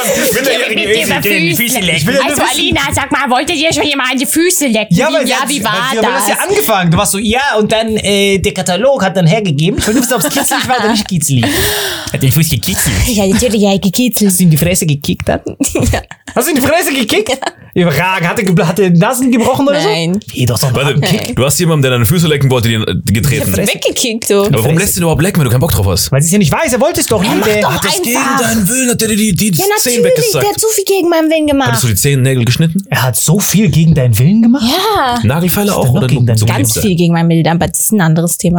Mit den Füßen Ich will ja nur Also wissen- Alina, sag mal, wolltet ihr schon jemand die Füße lecken? Ja, weil ja, sie- wie war weil, weil das ja das? angefangen. Du warst so, ja, und dann äh, der Katalog hat dann hergegeben. Ich will nur wissen, ob es kitzelig war oder nicht kitzelig. Hat den Fuß gekitzelt. Ja, natürlich, ja, gekitzelt. Hast du ihm die Fresse gekickt dann? Ja. Hast du ihm die Fresse gekickt? Überragend. Hat er, ge- hat er Nasen gebrochen oder Nein. so? Nee, doch, doch. Warte, du hast jemandem, der deine Füße lecken wollte, die, die getreten. Ich hab weggekickt, so. Aber warum lässt du ihn überhaupt lecken, wenn du keinen Bock drauf hast? Weil sie es ja nicht weiß, er wollte es doch. mach Liebe. doch Hat das einfach. gegen deinen Willen, hat der dir die, die Ja, Zehen natürlich, weggesackt? der hat zu viel gegen meinen Willen Hattest gemacht. du die Zehennägel geschnitten? Er hat so viel gegen deinen Willen gemacht? Ja, Nagelfeile auch? denn noch Oder gegen nur deinen zum ganz Liebsten? viel gegen meinen Willen, aber das ist ein anderes Thema.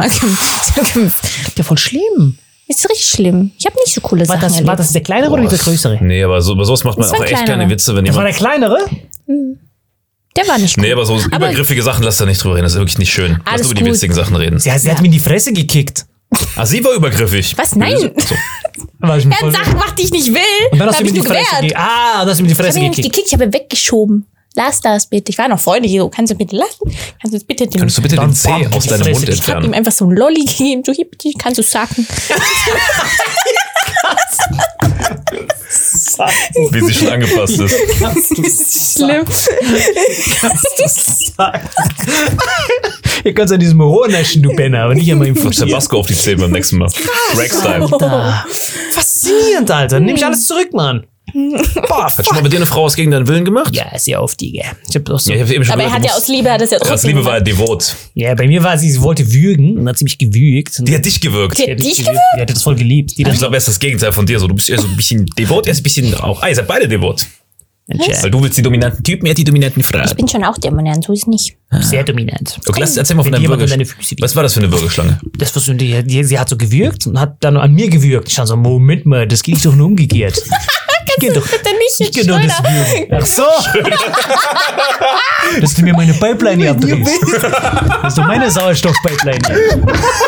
Ja, voll schlimm. Ist richtig schlimm. Ich habe nicht so coole War Sachen das, war erlebt. das der kleinere oder der größere? Nee, aber so, über sowas macht man Das war auch ein echt kleinerer. keine Witze, wenn Das war der jemand... kleinere? Der war nicht gut. Nee, aber so übergriffige Sachen lass da nicht drüber reden. Das ist wirklich nicht schön. Lass Alles über die gut. witzigen Sachen reden. Ja, sie hat mir in die Fresse gekickt. Ah, sie war übergriffig. Was? Nein. So. War ich mir Er voll- hat Sachen gemacht, die ich nicht will. Und dann hast hab du mir ich die nur Fresse gewehrt. gekickt. Ah, dann hast du mir die Ich habe Fresse ihn nicht gekickt. gekickt, ich habe ihn weggeschoben. Lass das bitte. Ich war noch freundlich. So, kannst du bitte lassen? Kannst du jetzt bitte den... Könntest du bitte Dann den Zeh bam, aus die deinem Fresse. Mund Ich Ich habe ihm entfernen? einfach so einen Lolli gegeben. So, hier bitte, kannst du sacken. Wie sie schon angepasst ist. Schlimm. Ihr könnt an diesem Rohr naschen, du Penner, aber nicht an meinem Fuß. Tabasco auf die Zähne beim nächsten Mal. Drake-Style. Alter. Faszinierend, Alter. Nimm ich alles zurück, Mann. Boah, Hat schon mal mit dir eine Frau aus gegen deinen Willen gemacht? ja, sehr oft, Digga. Ich hab doch so. Ja, ich hab's eben schon Aber er gesagt, hat du ja musst- aus Liebe, hat es ja Aus trotzdem Liebe war er gemacht. devot. Ja, bei mir war sie, sie wollte würgen und hat sie mich gewürgt. Die hat dich gewirkt. Die Die hat dich gewürgt. Die hat das voll geliebt. Die Ich dann, glaube, er ist das Gegenteil von dir. So, du bist eher so ein bisschen devot, er ist ein bisschen auch. Ah, ihr seid beide devot. Weil du willst die dominanten Typen, er hat die dominanten Frauen. Ich bin schon auch dominant, so ist es nicht. sehr dominant. Okay, lass, erzähl mal von Wenn deinem jemand in deine Würgeschlange. Füße Was war das für eine Würgeschlange? Das war so, die, die, sie hat so gewürgt und hat dann an mir gewürgt. Ich stand so, Moment mal, das geht doch nur umgekehrt. Geht doch. Bitte nicht Ich kann doch das würgen. Ach so. Dass du mir meine Pipeline hier abdrehst. Das ist doch meine Sauerstoffpipeline hier.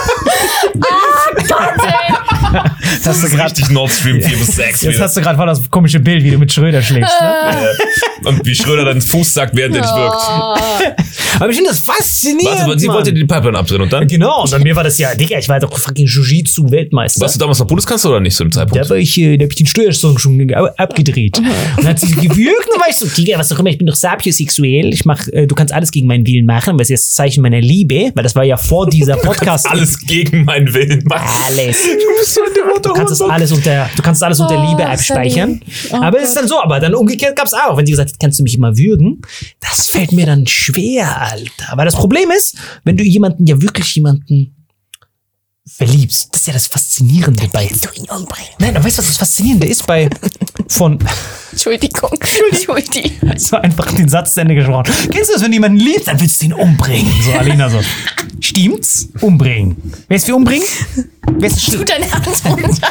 Das hast du gerade. Richtig Nord Stream vier bis sechs. Jetzt wieder. hast du gerade voll das komische Bild, wie du mit Schröder schlägst. Ne? Und wie Schröder deinen Fuß sagt, während er dich wirkt. Aber ich finde das faszinierend. Warte, aber sie Mann. wollte dir die Pipeline abdrehen und dann? Genau, und bei mir war das ja, Digga, ich war doch fucking Jiu-Jitsu-Weltmeister. Warst du damals noch Bundeskanzler oder nicht zu dem Zeitpunkt? Da war ich, äh, da hab ich den Steuersong schon ge- abgedreht. Und dann hat sie gewürgt und dann war ich so, Digga, was auch immer, ich bin doch sapiosexuell. Ich mach, äh, du kannst alles gegen meinen Willen machen, weil es ist das Zeichen meiner Liebe, weil das war ja vor dieser Podcast. Alles gegen meinen Willen machen. Alles. Du bist so ein devoter Du kannst das Hund. alles unter, du kannst alles unter Oh, Liebe abspeichern. Oh aber es ist dann so, aber dann umgekehrt gab's auch. Wenn sie gesagt hat, kannst du mich immer würgen, das fällt mir dann schwer, Alter. Aber das Problem ist, wenn du jemanden, ja wirklich jemanden verliebst, das ist ja das Faszinierende bei. Du ihn umbringen. Nein, aber weißt du, was das Faszinierende ist bei von. Entschuldigung. Entschuldigung. So einfach den Satz zu Ende gesprochen. Kennst du das, wenn du jemanden liebst, dann willst du ihn umbringen? So, Alina, so. Stimmt's? Umbringen. Wer ist für umbringen? Wer ist Tu für, deine Hand runter.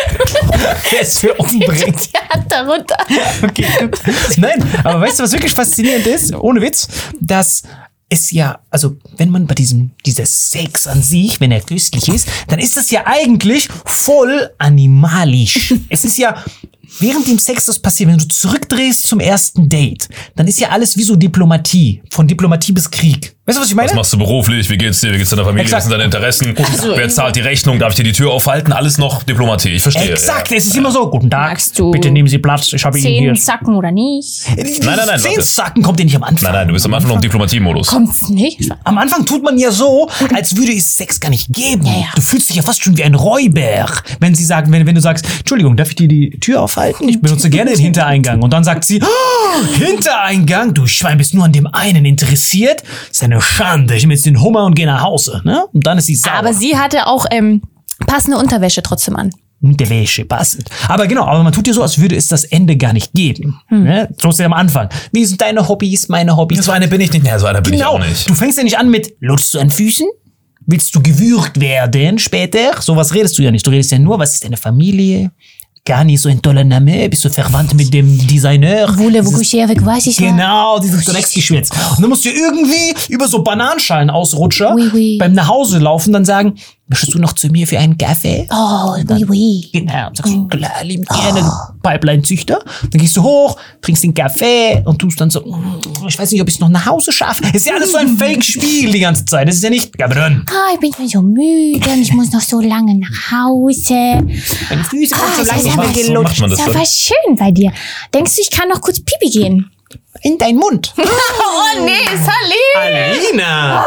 wer ist für umbringen? Die Hand darunter. Okay, gut. Nein, aber weißt du, was wirklich faszinierend ist? Ohne Witz, dass es ja, also wenn man bei diesem, dieser Sex an sich, wenn er köstlich ist, dann ist das ja eigentlich voll animalisch. Es ist ja, während dem Sex das passiert, wenn du zurückdrehst zum ersten Date, dann ist ja alles wie so Diplomatie. Von Diplomatie bis Krieg. Weißt du, was ich meine? Was machst du beruflich? Wie geht's dir? Wie geht's deiner Familie? Exakt. Was sind deine Interessen? Wer zahlt die Rechnung? Darf ich dir die Tür aufhalten? Alles noch Diplomatie. Ich verstehe. Exakt, Ja. es ist immer so, guten Tag, Magst du bitte nehmen Sie Platz, ich habe Ihnen hier. Zehn Sacken oder nicht? Nein, nein, nein, Zehn warte. Sacken kommt ja nicht am Anfang. Nein, nein, du bist am Anfang noch im Diplomatie-Modus. Kommt's nicht? Am Anfang tut man ja so, als würde es Sex gar nicht geben. Ja, ja. Du fühlst dich ja fast schon wie ein Räuber. Wenn sie sagen, wenn, wenn du sagst, Entschuldigung, darf ich dir die Tür aufhalten? Ich benutze gerne den Hintereingang. Und dann sagt sie, oh, Hintereingang? Du Schwein, bist nur an dem einen interessiert? Das ist eine Schande. Ich nehme jetzt den Hummer und gehe nach Hause. Ne? Und dann ist sie sauer. Aber sie hatte auch ähm, passende Unterwäsche trotzdem an. Der Wäsche passend. Aber genau, aber man tut ja so, als würde es das Ende gar nicht geben. Ne? So ist ja am Anfang. Wie sind deine Hobbys, meine Hobbys? So einer bin ich nicht mehr. So einer bin Genau. ich auch nicht. Du fängst ja nicht an mit, lutschst du an Füßen? Willst du gewürgt werden später? Sowas redest du ja nicht. Du redest ja nur, was ist deine Familie? Gar nicht so ein toller Name. Bist du verwandt mit dem Designer? Voulez-vous Dieses- coucher avec moi, ich Genau, dieses Drecksgeschwätz. Und dann musst du irgendwie über so Bananenschalen ausrutscher Oui, oui. beim Nachhause laufen, dann sagen, möchtest du noch zu mir für einen Kaffee? Oh, oui, oui. Genau, und sagst du, klar, lieben gerne, Pipeline-Züchter. Dann gehst du hoch, trinkst den Kaffee und tust dann so, "Mm, ich weiß nicht, ob ich es noch nach Hause schaffe. Ist ja alles so ein Fake-Spiel die ganze Zeit. Das ist ja nicht, Gabriel, Ah, ich bin schon so müde und ich muss noch so lange nach Hause. meine Füße Ah, sind so das ist lange aber nicht mehr so gelutscht. macht man das Das dann. war schön bei dir. Denkst du, ich kann noch kurz Pipi gehen? In deinen Mund. Oh nee, Salim! Alina!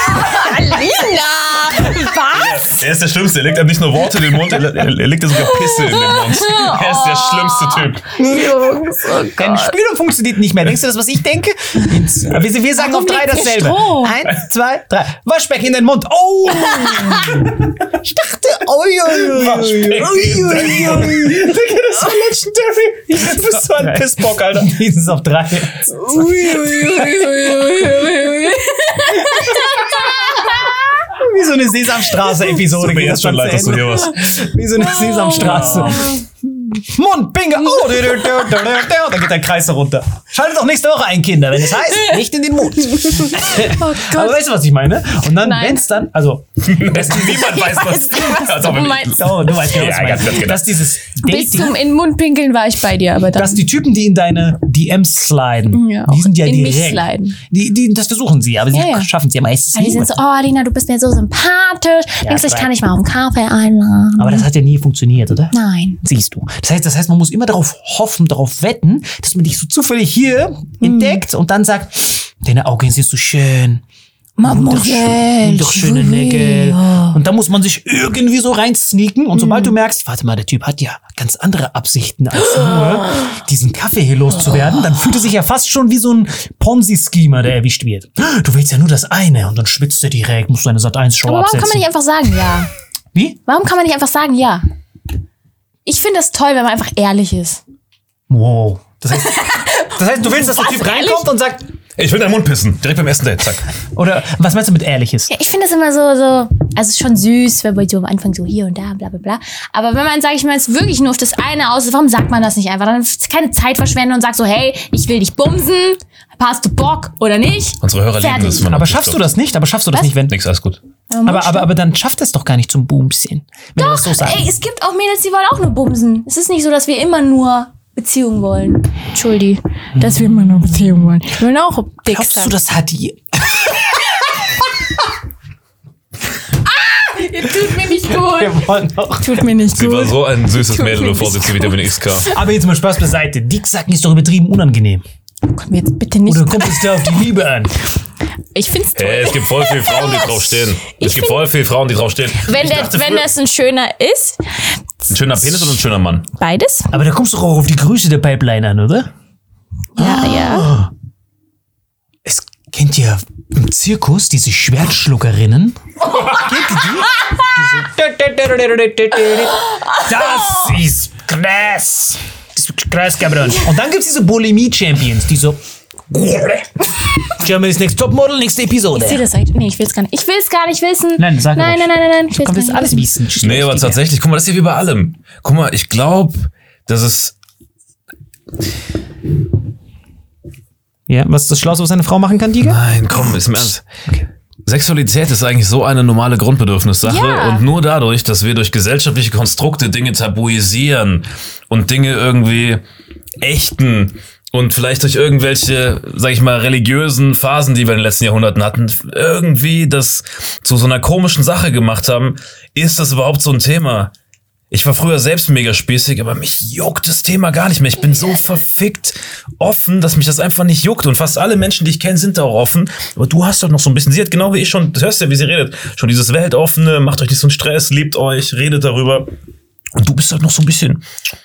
Alina! Was? Er ist der Schlimmste. Er legt einem nicht nur Worte in den Mund, er, er, er legt dir sogar Pisse in den Mund. Er ist der schlimmste Typ. Jungs, oh Deine Spülung funktioniert nicht mehr. Denkst du das, was ich denke? Ins, wir, wir sagen Warum auf drei liegt hier dasselbe. Stroh? Eins, zwei, drei. Waschbecken in den Mund. Oh! Ich dachte, oi, oi, oi. Waschbecken in den Mund. Digga, das war legendary. Du bist so ein Pissbock, Alter. Dieses auf drei. Wie so eine Sesamstraße-Episode. Tut mir geht jetzt schon das leid, dass du Ganze hier warst. Ende. Wie so eine Sesamstraße. Mund, Bingo. Oh, du, du, du, du, du, du. Dann geht der Kreis runter. Schaltet doch nächste Woche ein, Kinder, wenn es heißt, nicht in den Mund. Aber weißt du, was ich meine? Und dann, Nein. wenn es dann, also, das, Niemand weiß das. was Also, du meinst. oh, du weißt genau, was Ja, ich ganz, meine. ganz genau. Dass dieses Bis Dating, zum in den Mund pinkeln war ich bei dir, aber dann. dass die Typen, die in deine D Ms sliden, Ja, die sind ja in mich direkt. sliden. Die, die, das versuchen sie, aber sie Ja, ja. schaffen es ja meistens Aber die nicht. sind so, oh Alina, du bist mir so sympathisch. Denkst du, ich klar. kann dich mal auf einen Kaffee einladen? Aber das hat ja nie funktioniert, oder? Nein. Siehst du. Das heißt, das heißt, man muss immer darauf hoffen, darauf wetten, dass man dich so zufällig hier Hm. entdeckt und dann sagt, deine Augen sind so schön. Mademoiselle, Doch schöne Nägel. Und da muss man sich irgendwie so reinsneaken. Und sobald du merkst, warte mal, der Typ hat ja ganz andere Absichten, als nur diesen Kaffee hier loszuwerden, dann fühlt er sich ja fast schon wie so ein Ponzi-Schemer, der erwischt wird. Du willst ja nur das eine und dann schwitzt er direkt, musst du eine Sat eins Show Aber warum absetzen. kann man nicht einfach sagen, ja? Wie? Warum kann man nicht einfach sagen, ja? Ich finde das toll, wenn man einfach ehrlich ist. Wow. Das heißt, das heißt du willst, dass der Typ reinkommt und sagt, Ich will in deinen Mund pissen. Direkt beim ersten Date. Zack. oder was meinst du mit Ehrliches? Ja, ich finde das immer so, so, also es ist schon süß, wenn man so am Anfang so hier und da, bla bla bla. Aber wenn man, sag ich mal, jetzt wirklich nur auf das eine aus ist, warum sagt man das nicht einfach? Dann ist keine Zeit verschwenden und sagt so, hey, ich will dich bumsen, hast du Bock oder nicht? Unsere Hörer lieben Fertig. das. wenn man Aber das schaffst so- du das nicht? Aber schaffst du das Was? nicht, wenn... Nix, alles gut. Aber, aber, aber dann schafft es doch gar nicht zum Boomschen. Wenn wir das so sagen. Ey, es gibt auch Mädels, die wollen auch nur bumsen. Es ist nicht so, dass wir immer nur Beziehungen wollen. Entschuldi. Dass wir immer eine Beziehung wollen. Wir wollen auch dick Glaubst du, sein. das hat die... Tut mir nicht gut. Wir wollen auch... Tut mir nicht Sie war gut. so ein süßes Tut Mädel, mir bevor sie nicht zu Vitamin X kam. Aber jetzt mal Spaß beiseite. Dicksacken ist doch übertrieben unangenehm. Komm jetzt bitte nicht. Oder kommt es dir auf die Liebe an? Ich find's toll. Hey, es gibt voll viele Frauen, die drauf stehen. Es Ich gibt voll viele Frauen, die drauf stehen. Wenn, Ich der, dachte wenn früher- das ein schöner ist, Ein schöner Penis oder ein schöner Mann? beides. Aber da kommst du doch auch auf die Größe der Pipeline an, oder? Ja, ja. Es kennt ihr im Zirkus diese Schwertschluckerinnen? Kennt ihr die? Diese das ist krass. Das ist wirklich krass, Gabriel. Und dann gibt's diese Bulimie-Champions, die so... Germany's Next Topmodel, nächste Episode. Ich sehe das eigentlich. Nee, ich will's gar nicht. Ich will's gar nicht wissen. Nein, sag nein, ruhig. nein, nein, nein, nein. Ich will's Komm, gar willst nicht alles wissen. Nee, aber tatsächlich, guck mal, das ist ja wie bei allem. Guck mal, ich glaube, dass es... Ja, was ist das Schlauste, was eine Frau machen kann, Tiger? Nein, komm, ist im Ernst. Sexualität ist eigentlich so eine normale Grundbedürfnissache Ja. und nur dadurch, dass wir durch gesellschaftliche Konstrukte Dinge tabuisieren und Dinge irgendwie ächten und vielleicht durch irgendwelche, sag ich mal, religiösen Phasen, die wir in den letzten Jahrhunderten hatten, irgendwie das zu so einer komischen Sache gemacht haben, ist das überhaupt so ein Thema? Ich war früher selbst mega spießig, aber mich juckt das Thema gar nicht mehr. Ich bin so verfickt offen, dass mich das einfach nicht juckt. Und fast alle Menschen, die ich kenne, sind da auch offen. Aber du hast doch noch so ein bisschen, sie hat genau wie ich schon, du hörst ja, wie sie redet, schon dieses Weltoffene, macht euch nicht so einen Stress, liebt euch, redet darüber. Und du bist halt noch so ein bisschen...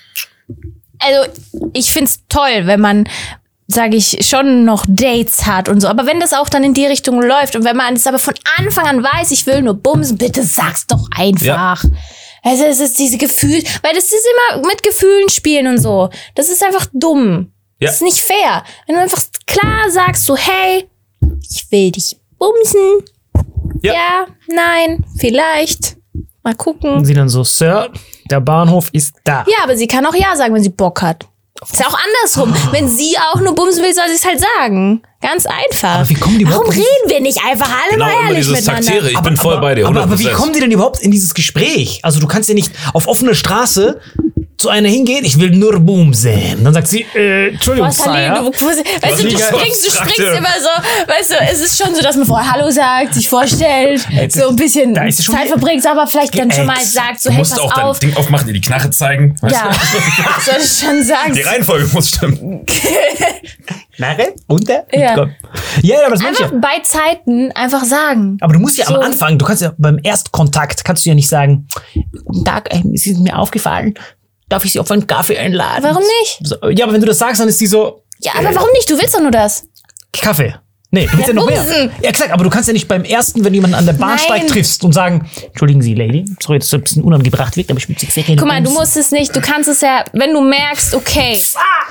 Also, ich find's toll, wenn man, sage ich, schon noch Dates hat und so. Aber wenn das auch dann in die Richtung läuft und wenn man es aber von Anfang an weiß, ich will nur bumsen, bitte sag's doch einfach. Also es ist diese Gefühl, weil das ist immer mit Gefühlen spielen und so. Das ist einfach dumm. Ja. Das ist nicht fair. Wenn du einfach klar sagst, so, hey, ich will dich bumsen. Ja. Ja, nein, vielleicht. Mal gucken. Und sie dann so, Sir, der Bahnhof ist da. Ja, aber sie kann auch ja sagen, wenn sie Bock hat. Ist ja auch andersrum. Wenn sie auch nur bumsen will, soll sie es halt sagen. Ganz einfach. Aber wie kommen die Warum überhaupt- reden wir nicht einfach alle Genau, mal immer ehrlich dieses miteinander? Taktiere. Ich bin voll bei dir, Aber, hundert aber wie Prozent. kommen die denn überhaupt in dieses Gespräch? Also du kannst ja nicht auf offene Straße zu einer hingehen, ich will nur Boomsen. Dann sagt sie, äh, Entschuldigung, Was, Haline, Sire. du, weißt du, du liegt springst, du abstrakte- springst immer so, weißt du, es ist schon so, dass man vorher Hallo sagt, sich vorstellt, so ein bisschen da ist schon Zeit die- verbringt, aber vielleicht dann schon mal Ex. sagt, so, Du hey, musst pass auch auf. dein Ding aufmachen, dir die Knarre zeigen. Weißt Ja, soll ich schon sagen. du? Die Reihenfolge muss stimmen. Narre, unter, Ja. Komm. Ja, aber das meine ich Einfach ja. bei Zeiten einfach sagen. Aber du musst ja So. am Anfang, du kannst ja beim Erstkontakt, kannst du ja nicht sagen, guten Tag, äh, es ist mir aufgefallen, darf ich Sie auf einen Kaffee einladen? Warum nicht? So, ja, aber wenn du das sagst, dann ist die so, Ja, aber warum nicht? Du willst doch nur das. Kaffee. Nee, du willst ja, Ja, noch mehr. bumsen. Ja, exakt, aber du kannst ja nicht beim ersten, wenn du jemanden an der Bahnsteig Nein. triffst und sagen, entschuldigen Sie, Lady, sorry, dass das ein bisschen unangebracht wirkt, aber ich würde Sie sehr gerne Guck mal, du bumsen. musst es nicht, du kannst es ja, wenn du merkst, okay,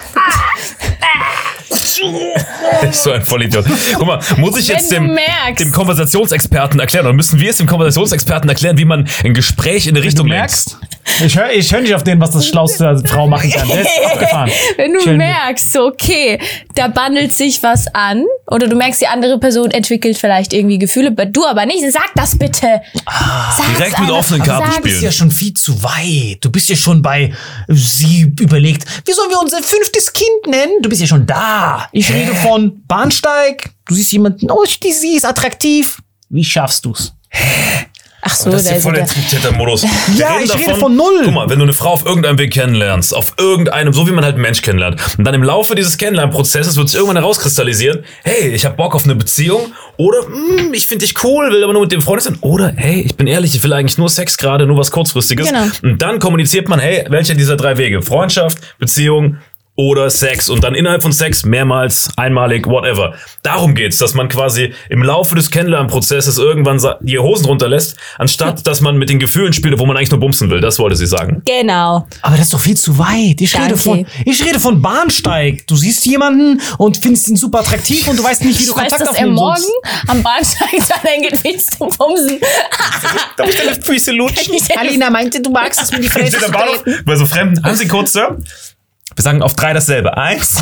So ein Vollidiot. Guck mal, muss ich Wenn jetzt du dem, merkst. dem Konversationsexperten erklären, oder müssen wir es dem Konversationsexperten erklären, wie man ein Gespräch in eine Richtung Du lenkt? merkst, ich höre ich hör nicht auf den, was das Schlauste als Frau machen kann. Der ist abgefahren. wenn du Schön. merkst, so, okay, da bandelt sich was an, oder du merkst, die andere Person entwickelt vielleicht irgendwie Gefühle, aber du aber nicht, sag das bitte. Sag's direkt mit einfach. offenen Karten Sag's. Du bist spielen. ja schon viel zu weit. Du bist ja schon bei, sie überlegt, wie sollen wir unser fünftes Kind nennen? Du bist ja schon da. Ich rede von Bahnsteig. Du siehst jemanden, oh, die, sie ist attraktiv. Wie schaffst du's? Ach so, Das ist ja der, voll der der, Triebtäter-Modus. Wir Ja, reden ich rede von null. Guck mal, wenn du eine Frau auf irgendeinem Weg kennenlernst, auf irgendeinem, so wie man halt einen Mensch kennenlernt, und dann im Laufe dieses Kennenlernprozesses wird sich irgendwann herauskristallisieren, hey, ich habe Bock auf eine Beziehung, oder hm, ich finde dich cool, will aber nur mit dem Freund sein, oder hey, ich bin ehrlich, ich will eigentlich nur Sex gerade, nur was Kurzfristiges. Genau. Und dann kommuniziert man, hey, welcher dieser drei Wege? Freundschaft, Beziehung oder Sex. Und dann innerhalb von Sex mehrmals, einmalig, whatever. Darum geht's, dass man quasi im Laufe des Kennenlernprozesses irgendwann sa- die Hosen runterlässt, anstatt dass man mit den Gefühlen spielt, wo man eigentlich nur bumsen will. Das wollte sie sagen. genau. Aber das ist doch viel zu weit. Ich rede Danke. von, ich rede von Bahnsteig. Du siehst jemanden und findest ihn super attraktiv und du weißt nicht, wie du Ich weiß, Kontakt dass er aufnehmen morgen sollst. am Bahnsteig sein Gewicht zum Bumsen. Darf ich deine Füße lutschen? Alina meinte, du magst es mit die Steht am Bahnhof, bei so Fremden. Haben Sie kurz, Sir? Wir sagen auf drei dasselbe. Eins.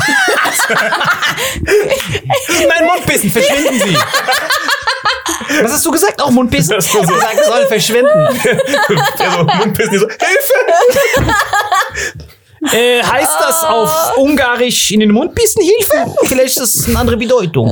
Mein Mundbissen, verschwinden Sie. Was hast du gesagt? Auch Mundbissen? Das Ich war hab so. gesagt, soll verschwinden. Der so Mundpissen, die so, Hilfe! Äh, heißt das auf Ungarisch in den Mund bissen Hilfe? Vielleicht ist das eine andere Bedeutung.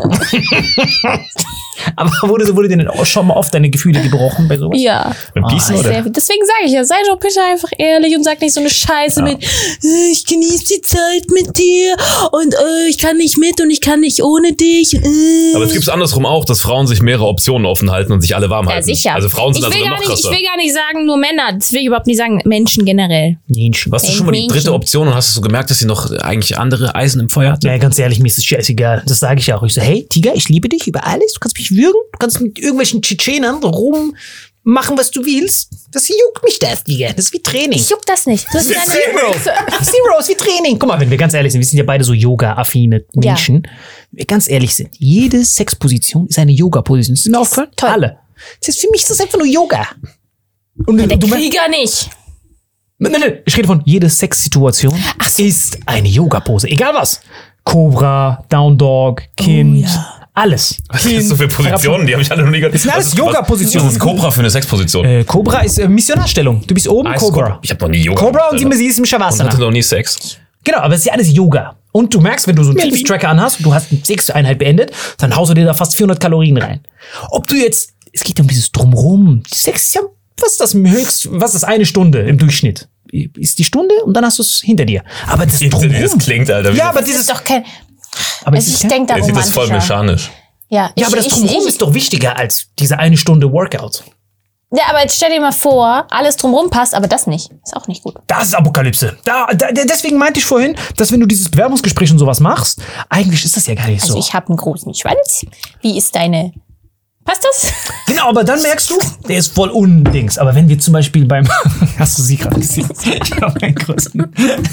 Aber wurde, wurde dir denn auch schon mal oft deine Gefühle gebrochen bei sowas? Ja. Beim Gießen, Ah, oder? Sehr- Deswegen sage ich ja, sei doch bitte einfach ehrlich und sag nicht so eine Scheiße mit, äh, ich genieße die Zeit mit dir und äh, ich kann nicht mit und ich kann nicht ohne dich. Äh. Aber es gibt es andersrum auch, dass Frauen sich mehrere Optionen offen halten und sich alle warm Ja, halten. sicher. Also Frauen sind ich also will dann gar noch nicht, Ich krasser. will gar nicht sagen nur Männer, das will ich überhaupt nicht sagen, Menschen generell. Menschen. Warst du schon mal die dritte Männchen. Option und hast du so gemerkt, dass sie noch eigentlich andere Eisen im Feuer hatte? Ja, ganz ehrlich, mir ist es scheißegal. Das sage ich auch. Ich so, hey, Tiger, ich liebe dich über alles. Du kannst mich würgen. Du kannst mit irgendwelchen Tschetschenern rummachen, was du willst. Das juckt mich das, Tiger. Das ist wie Training. Ich juck das nicht. Du hast deine Zero ist wie Training. Guck mal, wenn wir ganz ehrlich sind, wir sind ja beide so Yoga-affine Menschen. Wenn wir ganz ehrlich sind, jede Sexposition ist eine Yoga-Position. Ist dir mir aufgefallen? toll. Alle. Das heißt, für mich ist das einfach nur Yoga. Und Der du merkst, Krieger nicht. nein, nein, nein, ich rede von jede Sexsituation ist eine Yoga-Pose. Egal was. Cobra, Down Dog, Kind, alles. Was ist das so für Positionen? Die habe ich alle noch nie gehört. Das sind alles Was ist- Yoga-Positionen. Was ist Cobra für eine Sexposition? Äh, Cobra ist äh, Missionarstellung. Du bist oben, Ah, ist Cobra. Ich habe noch nie Yoga. Cobra und gemacht, sie ist im Alter. Und Shavasana. hatte noch nie Sex. Genau, aber es ist ja alles Yoga. Und du merkst, wenn du so einen Fitness-Tracker anhast und du hast eine sechste Einheit beendet, dann haust du dir da fast vierhundert Kalorien rein. Ob du jetzt, es geht um dieses Drumrum. Die Sex ist ja, was ist das höchst, was ist das eine Stunde im Durchschnitt? Ist die Stunde und dann hast du es hinter dir. Aber das Drumrum. Das klingt, Alter. Ja, aber Das dieses, ist doch kein. aber Also es ist ich kein- denke da Der sieht das voll romantischer. mechanisch. Ja, ja, aber das ich, Drumrum ich, ist doch wichtiger als diese eine Stunde Workout. Ja, aber jetzt stell dir mal vor, alles drumrum passt, aber das nicht. Ist auch nicht gut. Das ist Apokalypse. Da, da, deswegen meinte ich vorhin, dass wenn du dieses Bewerbungsgespräch und sowas machst, eigentlich ist das ja gar nicht Also so. ich habe einen großen Schwanz. Wie ist deine... Passt das? Genau, aber dann merkst du, der ist voll undings. Aber wenn wir zum Beispiel beim... Hast du sie gerade gesehen? Ich habe einen größten...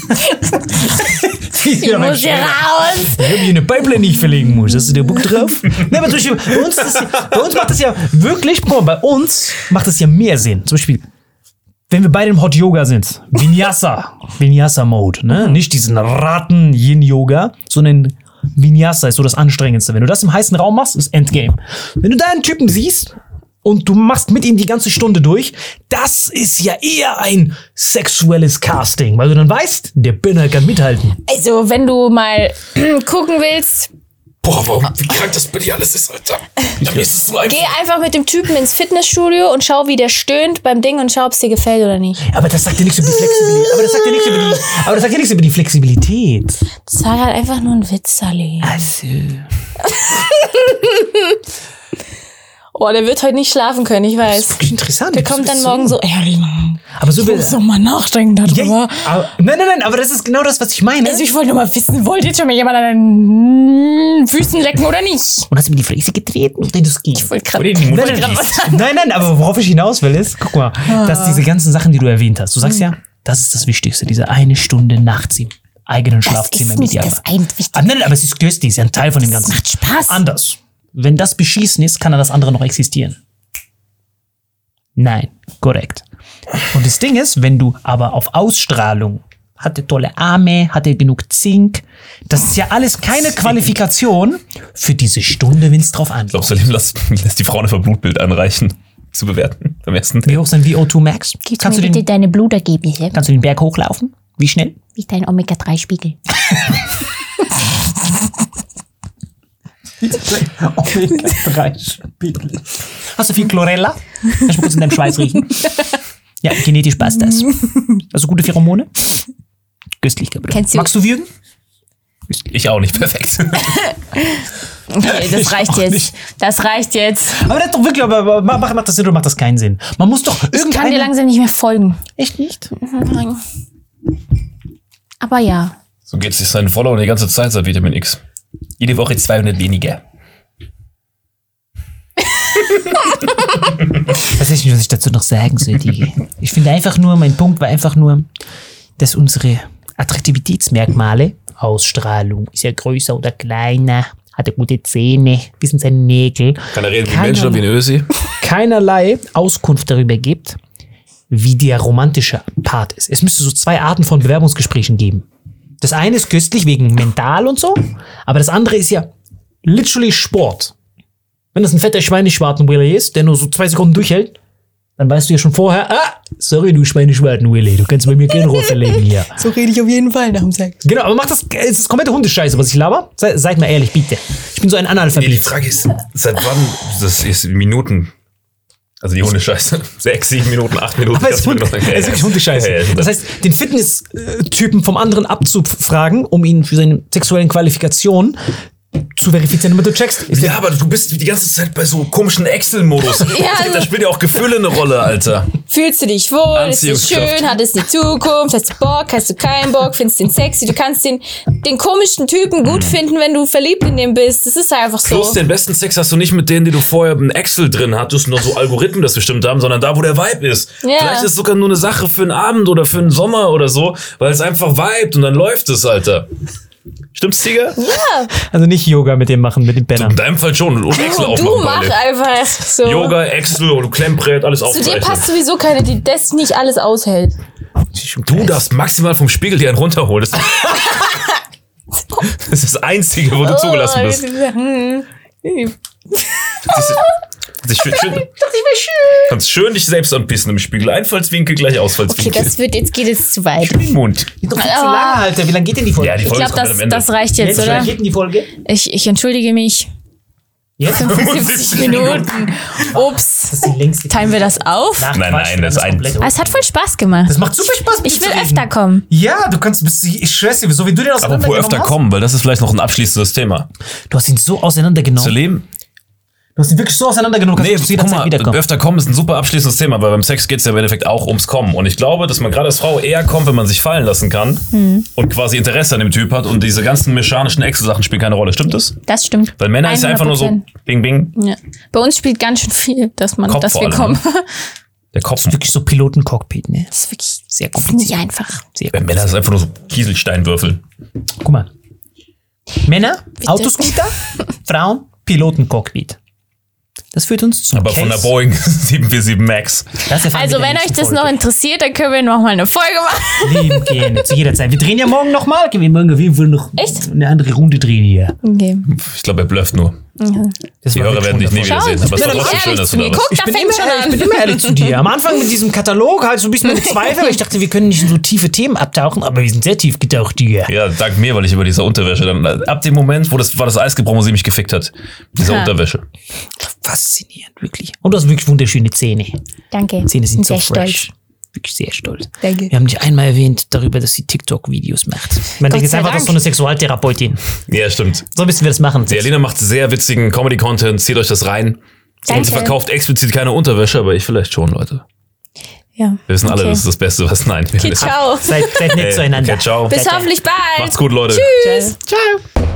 Ich muss hier raus. Ich habe hier eine Pipeline, die ich verlegen muss. Hast du der Bock drauf? Nee, aber zum Beispiel, bei uns, ist das ja, bei uns macht das ja wirklich... Guck mal, bei uns macht das ja mehr Sinn. Zum Beispiel, wenn wir beide im Hot Yoga sind, Vinyasa, Vinyasa-Mode, ne? Nicht diesen Raten-Yin-Yoga, sondern Vinyasa ist so das Anstrengendste. Wenn du das im heißen Raum machst, ist Endgame. Wenn du da einen Typen siehst und du machst mit ihm die ganze Stunde durch, das ist ja eher ein sexuelles Casting, weil du dann weißt, der Binner kann mithalten. Also, wenn du mal gucken willst, Boah, warum, wie krank das bei dir alles ist, Alter. Mir ist es so einfach. geh einfach mit dem Typen ins Fitnessstudio und schau, wie der stöhnt beim Ding und schau, ob es dir gefällt oder nicht. Aber das sagt dir nichts über die Flexibilität. Aber das sagt dir nichts über die, aber das sagt dir nichts über die Flexibilität. Das war halt einfach nur ein Witz, Sally. Also. Oh, der wird heute nicht schlafen können, ich weiß. Wirklich interessant. Der kommt dann morgen so, ehrlich, Mann. Aber so will Muss doch mal nachdenken ja, darüber. aber, nein, nein, nein, aber das ist genau das, was ich meine. Also ich wollte nur mal wissen, wollte jetzt schon mal jemand an deinen Füßen lecken oder nicht? Und hast du mir die Fläche getreten? Oder das ging? Ich wollte gerade... Oder in die Mutter Nein, nein, gießt. nein, nein, aber worauf ich hinaus will, ist, guck mal, dass diese ganzen Sachen, die du erwähnt hast, du sagst ja, das ist das Wichtigste, diese eine Stunde nachts im eigenen Schlafzimmer ist nicht mit dir. das Einwichtigste. Ah, nein, nein, aber es ist köstlich, ist ja ein Teil von dem Ganzen. macht Spaß. Anders. Wenn das Beschießen ist, kann ja das andere noch existieren. Nein, korrekt. Und das Ding ist, wenn du aber auf Ausstrahlung, hat er tolle Arme, hat er genug Zink, das ist ja alles keine Qualifikation für diese Stunde, wenn es drauf ankommt. Glaubst du, lässt, lässt die Frau einfach Blutbild anreichen, zu bewerten beim ersten Wie hoch ist dein V O zwei Max? Gib Kannst mir du, bitte den, deine Blutergebnisse. kannst du den Berg hochlaufen? Wie schnell? Wie dein Omega drei Spiegel. Omega drei Spiegel. Hast du viel Chlorella? Kannst du mal kurz in deinem Schweiß riechen? Ja, genetisch passt das. Also gute Pheromone? Köstlich, Gabriel. Kennst du- Magst du würgen? Ich auch nicht, perfekt. Okay, das reicht auch jetzt. nicht. Das reicht jetzt. Aber das ist doch wirklich, aber macht, macht das Sinn oder macht das keinen Sinn? Man muss doch Ich kann dir irgendeine... langsam nicht mehr folgen. Echt nicht? Aber ja. So geht es sich seinen Follower die ganze Zeit seit Vitamin X. Jede Woche zweihundert weniger. Ich weiß nicht, was ich dazu noch sagen soll, Digi. Ich finde einfach nur, mein Punkt war einfach nur, dass unsere Attraktivitätsmerkmale, Ausstrahlung, ist er größer oder kleiner, hat er gute Zähne, wie sind seine Nägel, Kann er reden wie ein Keiner- Mensch oder wie ein Ösi? keinerlei Auskunft darüber gibt, wie der romantische Part ist. Es müsste so zwei Arten von Bewerbungsgesprächen geben. Das eine ist köstlich wegen mental und so, aber das andere ist ja literally Sport. Wenn das ein fetter Schweineschwarten-Willy ist, der nur so zwei Sekunden durchhält, dann weißt du ja schon vorher, ah, sorry, du Schweineschwarten-Willy, du kannst bei mir keinen Rohr verlegen hier. So rede ich auf jeden Fall nach dem Sex. Genau, aber mach das, es ist komplette Hundescheiße, was ich laber. Sei, seid mal ehrlich, bitte. Ich bin so ein Nee, die Analphabet. Frage ist, seit wann, das ist Minuten. Also die Hundescheiße. Sechs, sieben Minuten, acht Minuten. Aber es ist, Hund, es ist wirklich Hundescheiße. Ja, ja, ja. Das heißt, den Fitness-Typen vom anderen abzufragen, um ihn für seine sexuellen Qualifikationen zu verifizieren, damit du checkst. Ist Ja, der, aber du bist die ganze Zeit bei so komischen Excel-Modus. also- Da spielt ja auch Gefühle eine Rolle, Alter. Fühlst du dich wohl? Ist es Anziehungskraft. schön? Hat es die Zukunft? Hast du Bock? Hast du keinen Bock? Findest du den sexy? Du kannst den, den komischen Typen gut finden, wenn du verliebt in den bist. Das ist einfach so. Plus den besten Sex hast du nicht mit denen, die du vorher in Excel drin hattest, nur so Algorithmen das bestimmt haben, sondern da, wo der Vibe ist. Ja. Vielleicht ist es sogar nur eine Sache für einen Abend oder für einen Sommer oder so, weil es einfach vibet und dann läuft es, Alter. Stimmt's, Tiger? Ja, also nicht Yoga mit dem machen, mit dem Penner. In deinem Fall schon. Und Excel du aufmachen. mach beide. einfach so. Yoga, Excel und Klemmbrett, alles Zu dir aufzeichnen. passt sowieso keine, die das nicht alles aushält. Du darfst maximal vom Spiegel dir einen runterholen. Das, das ist das Einzige, wo du zugelassen Oh, bist. hm. Das ist, das ist schön, schön. Kannst schön dich selbst anpissen im Spiegel. Einfallswinkel gleich Okay, Ausfallswinkel. das wird, jetzt geht es zu weit. Im Mund. Doch viel zu lange, Alter. Wie lange geht denn die Folge? Ja, die Ich Folge glaube, ist komplett das, am Ende. das reicht jetzt, Wie lange oder? geht denn die Folge? Ich, ich entschuldige mich. Jetzt? fünfundsiebzig Minuten. Ups. Das ist die längste. Teilen wir das auf? Ach, Nein, Quatsch, nein, das ist ein- komplett- Ah, es hat voll Spaß gemacht. Das macht super Spaß, mit Ich dir will zu reden. öfter kommen. Ja, du kannst, bist, ich schwör's dir, so wie du den Apropos auseinandergenommen öfter hast. kommen, weil das ist vielleicht noch ein abschließendes Thema. Du hast ihn so auseinandergenommen. Zu leben? Du hast ihn wirklich so auseinandergenommen, kannst Nee, du zu guck jeder Zeit mal, wiederkommen. öfter kommen ist ein super abschließendes Thema, weil beim Sex geht es ja im Endeffekt auch ums Kommen. Und ich glaube, dass man gerade als Frau eher kommt, wenn man sich fallen lassen kann und quasi Interesse an dem Typ hat und diese ganzen mechanischen Excel-Sachen spielen keine Rolle. Stimmt das? Das stimmt. Weil Männer ist ja einfach nur so hundert Prozent. bing, bing, Ja. Bei uns spielt ganz schön viel, dass, man, Kopf dass vor wir allem, kommen. der Kopf. Wirklich so Pilotencockpit, ne? Das ist wirklich Sehr das ist kompliziert. nicht einfach. Sehr Bei Männern ist einfach nur so Kieselsteinwürfel. Guck mal. Männer, Autoscooter, Frauen, Pilotencockpit. Das führt uns zum Aber Case. von der Boeing sieben vier sieben Max. Das erfahren Also, wir in der wenn euch nächsten das noch Folge. interessiert, dann können wir noch mal eine Folge machen. Lieben gerne, zu jeder Zeit. Wir drehen ja morgen nochmal. Können wir morgen auf jeden Fall noch Echt? eine andere Runde drehen hier. Okay. Ich glaube, er blufft nur. Das Die war Hörer wirklich werden dich nie wundervoll. wieder sehen. Aber es ich war bin trotzdem schön, ehrlich dass zu du mir. da Guck, warst. Ich da bin, fängt immer, schon ehrlich- ich an. bin immer ehrlich zu dir. Am Anfang mit diesem Katalog halt so ein bisschen meine Zweifel, weil ich dachte, wir können nicht in so tiefe Themen abtauchen, aber wir sind sehr tief getaucht hier. Ja, dank mir, weil ich über diese Unterwäsche dann, ab dem Moment, wo das war das Eis gebrochen, wo sie mich gefickt hat. Diese Ha. Unterwäsche. Faszinierend, wirklich. Und du hast wirklich wunderschöne Zähne. Danke. Zähne sind Bin so sehr fresh. stolz. Wirklich sehr stolz. Danke. Wir haben dich einmal erwähnt darüber, dass sie TikTok-Videos macht. Man denkt jetzt sei einfach, das ist so eine Sexualtherapeutin. Ja, stimmt. So müssen wir das machen. Die Alina macht sehr witzigen Comedy-Content, zieht euch das rein. Danke. Und sie verkauft explizit keine Unterwäsche, aber ich vielleicht schon, Leute. Ja. Wir wissen alle, Okay. das ist das Beste, was nein. wir Okay, wissen. ciao. Seid, seid nett Ey, zueinander. okay, ciao. Bis hoffentlich bald. Macht's gut, Leute. Tschüss. Ciao.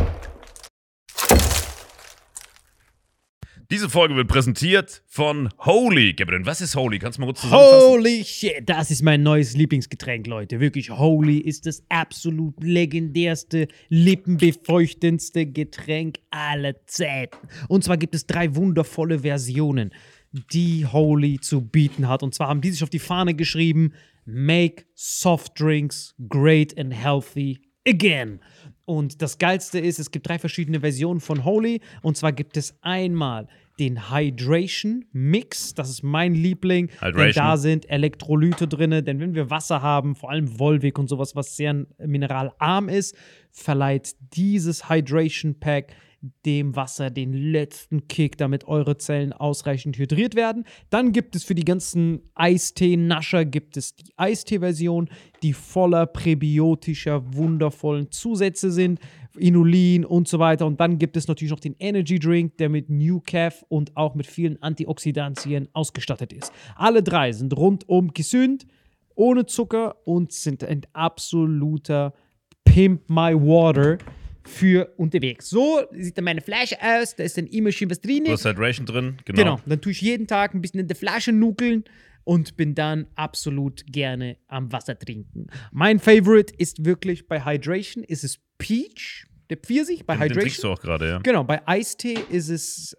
Diese Folge wird präsentiert von Holy. Gabriel, was ist Holy? Kannst du mal kurz zusammenfassen? Holy shit, das ist mein neues Lieblingsgetränk, Leute. Wirklich, Holy ist das absolut legendärste, lippenbefeuchtendste Getränk aller Zeiten. Und zwar gibt es drei wundervolle Versionen, die Holy zu bieten hat. Und zwar haben die sich auf die Fahne geschrieben: Make soft drinks great and healthy again. Und das Geilste ist, es gibt drei verschiedene Versionen von Holy. Und zwar gibt es einmal den Hydration Mix. Das ist mein Liebling. Denn Hydration. da sind Elektrolyte drin. Denn wenn wir Wasser haben, vor allem Volvic und sowas, was sehr mineralarm ist, verleiht dieses Hydration Pack dem Wasser den letzten Kick, damit eure Zellen ausreichend hydriert werden. Dann gibt es für die ganzen Eistee-Nascher gibt es die Eistee-Version, die voller präbiotischer, wundervollen Zusätze sind, Inulin und so weiter. Und dann gibt es natürlich noch den Energy Drink, der mit New Calf und auch mit vielen Antioxidantien ausgestattet ist. Alle drei sind rundum gesund, ohne Zucker und sind ein absoluter Pimp My Water für unterwegs. So sieht dann meine Flasche aus, da ist dann immer schön was drin. Du hast Hydration drin, genau. Genau, dann tue ich jeden Tag ein bisschen in der Flasche nuckeln und bin dann absolut gerne am Wasser trinken. Mein Favorite ist wirklich bei Hydration, ist es Peach, der Pfirsich bei Den, den trinkst Hydration. du auch gerade, ja. Genau, bei Eistee ist es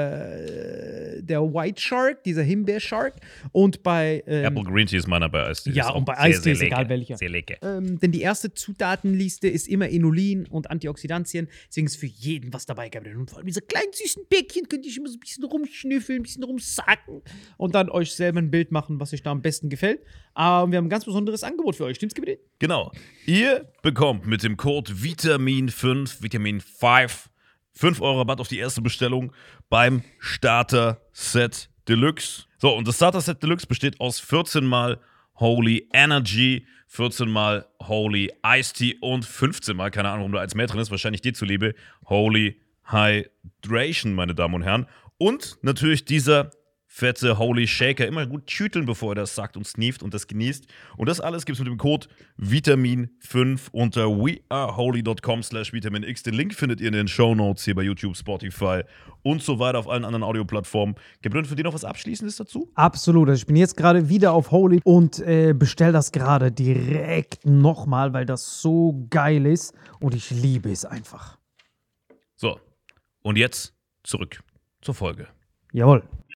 äh, der White Shark, dieser Himbeer-Shark. Und bei ähm, Apple Green Tea ist meiner bei Eistee. Ja, Ist und auch bei sehr, Eistee sehr ist lecker. egal welcher. Sehr lecker. Ähm, denn die erste Zutatenliste ist immer Inulin und Antioxidantien. Deswegen ist für jeden was dabei gehabt. Und vor allem diese kleinen süßen Bäckchen könnt ihr immer so ein bisschen rumschnüffeln, ein bisschen rumsacken und dann euch selber ein Bild machen, was euch da am besten gefällt. Aber wir haben ein ganz besonderes Angebot für euch. Stimmt's, Gebiet? Genau. Ihr bekommt mit dem Code Vitamin fünf, Vitamin fünf, fünf Euro Rabatt auf die erste Bestellung beim Starter Set Deluxe. So, und das Starter Set Deluxe besteht aus vierzehn mal Holy Energy, vierzehn mal Holy Iced Tea und fünfzehn mal, keine Ahnung, warum da eins mehr drin ist, wahrscheinlich dir zuliebe, Holy Hydration, meine Damen und Herren. Und natürlich dieser fette Holy Shaker. Immer gut tüteln, bevor er das sagt und sneeft und das genießt. Und das alles gibt es mit dem Code Vitamin fünf unter weareholy.com slash Vitamin X. Den Link findet ihr in den Shownotes hier bei YouTube, Spotify und so weiter auf allen anderen Audioplattformen. Gabriel, für dich noch was Abschließendes dazu? Absolut. Also ich bin jetzt gerade wieder auf Holy und äh, bestell das gerade direkt nochmal, weil das so geil ist und ich liebe es einfach. So, und jetzt zurück zur Folge. Jawohl.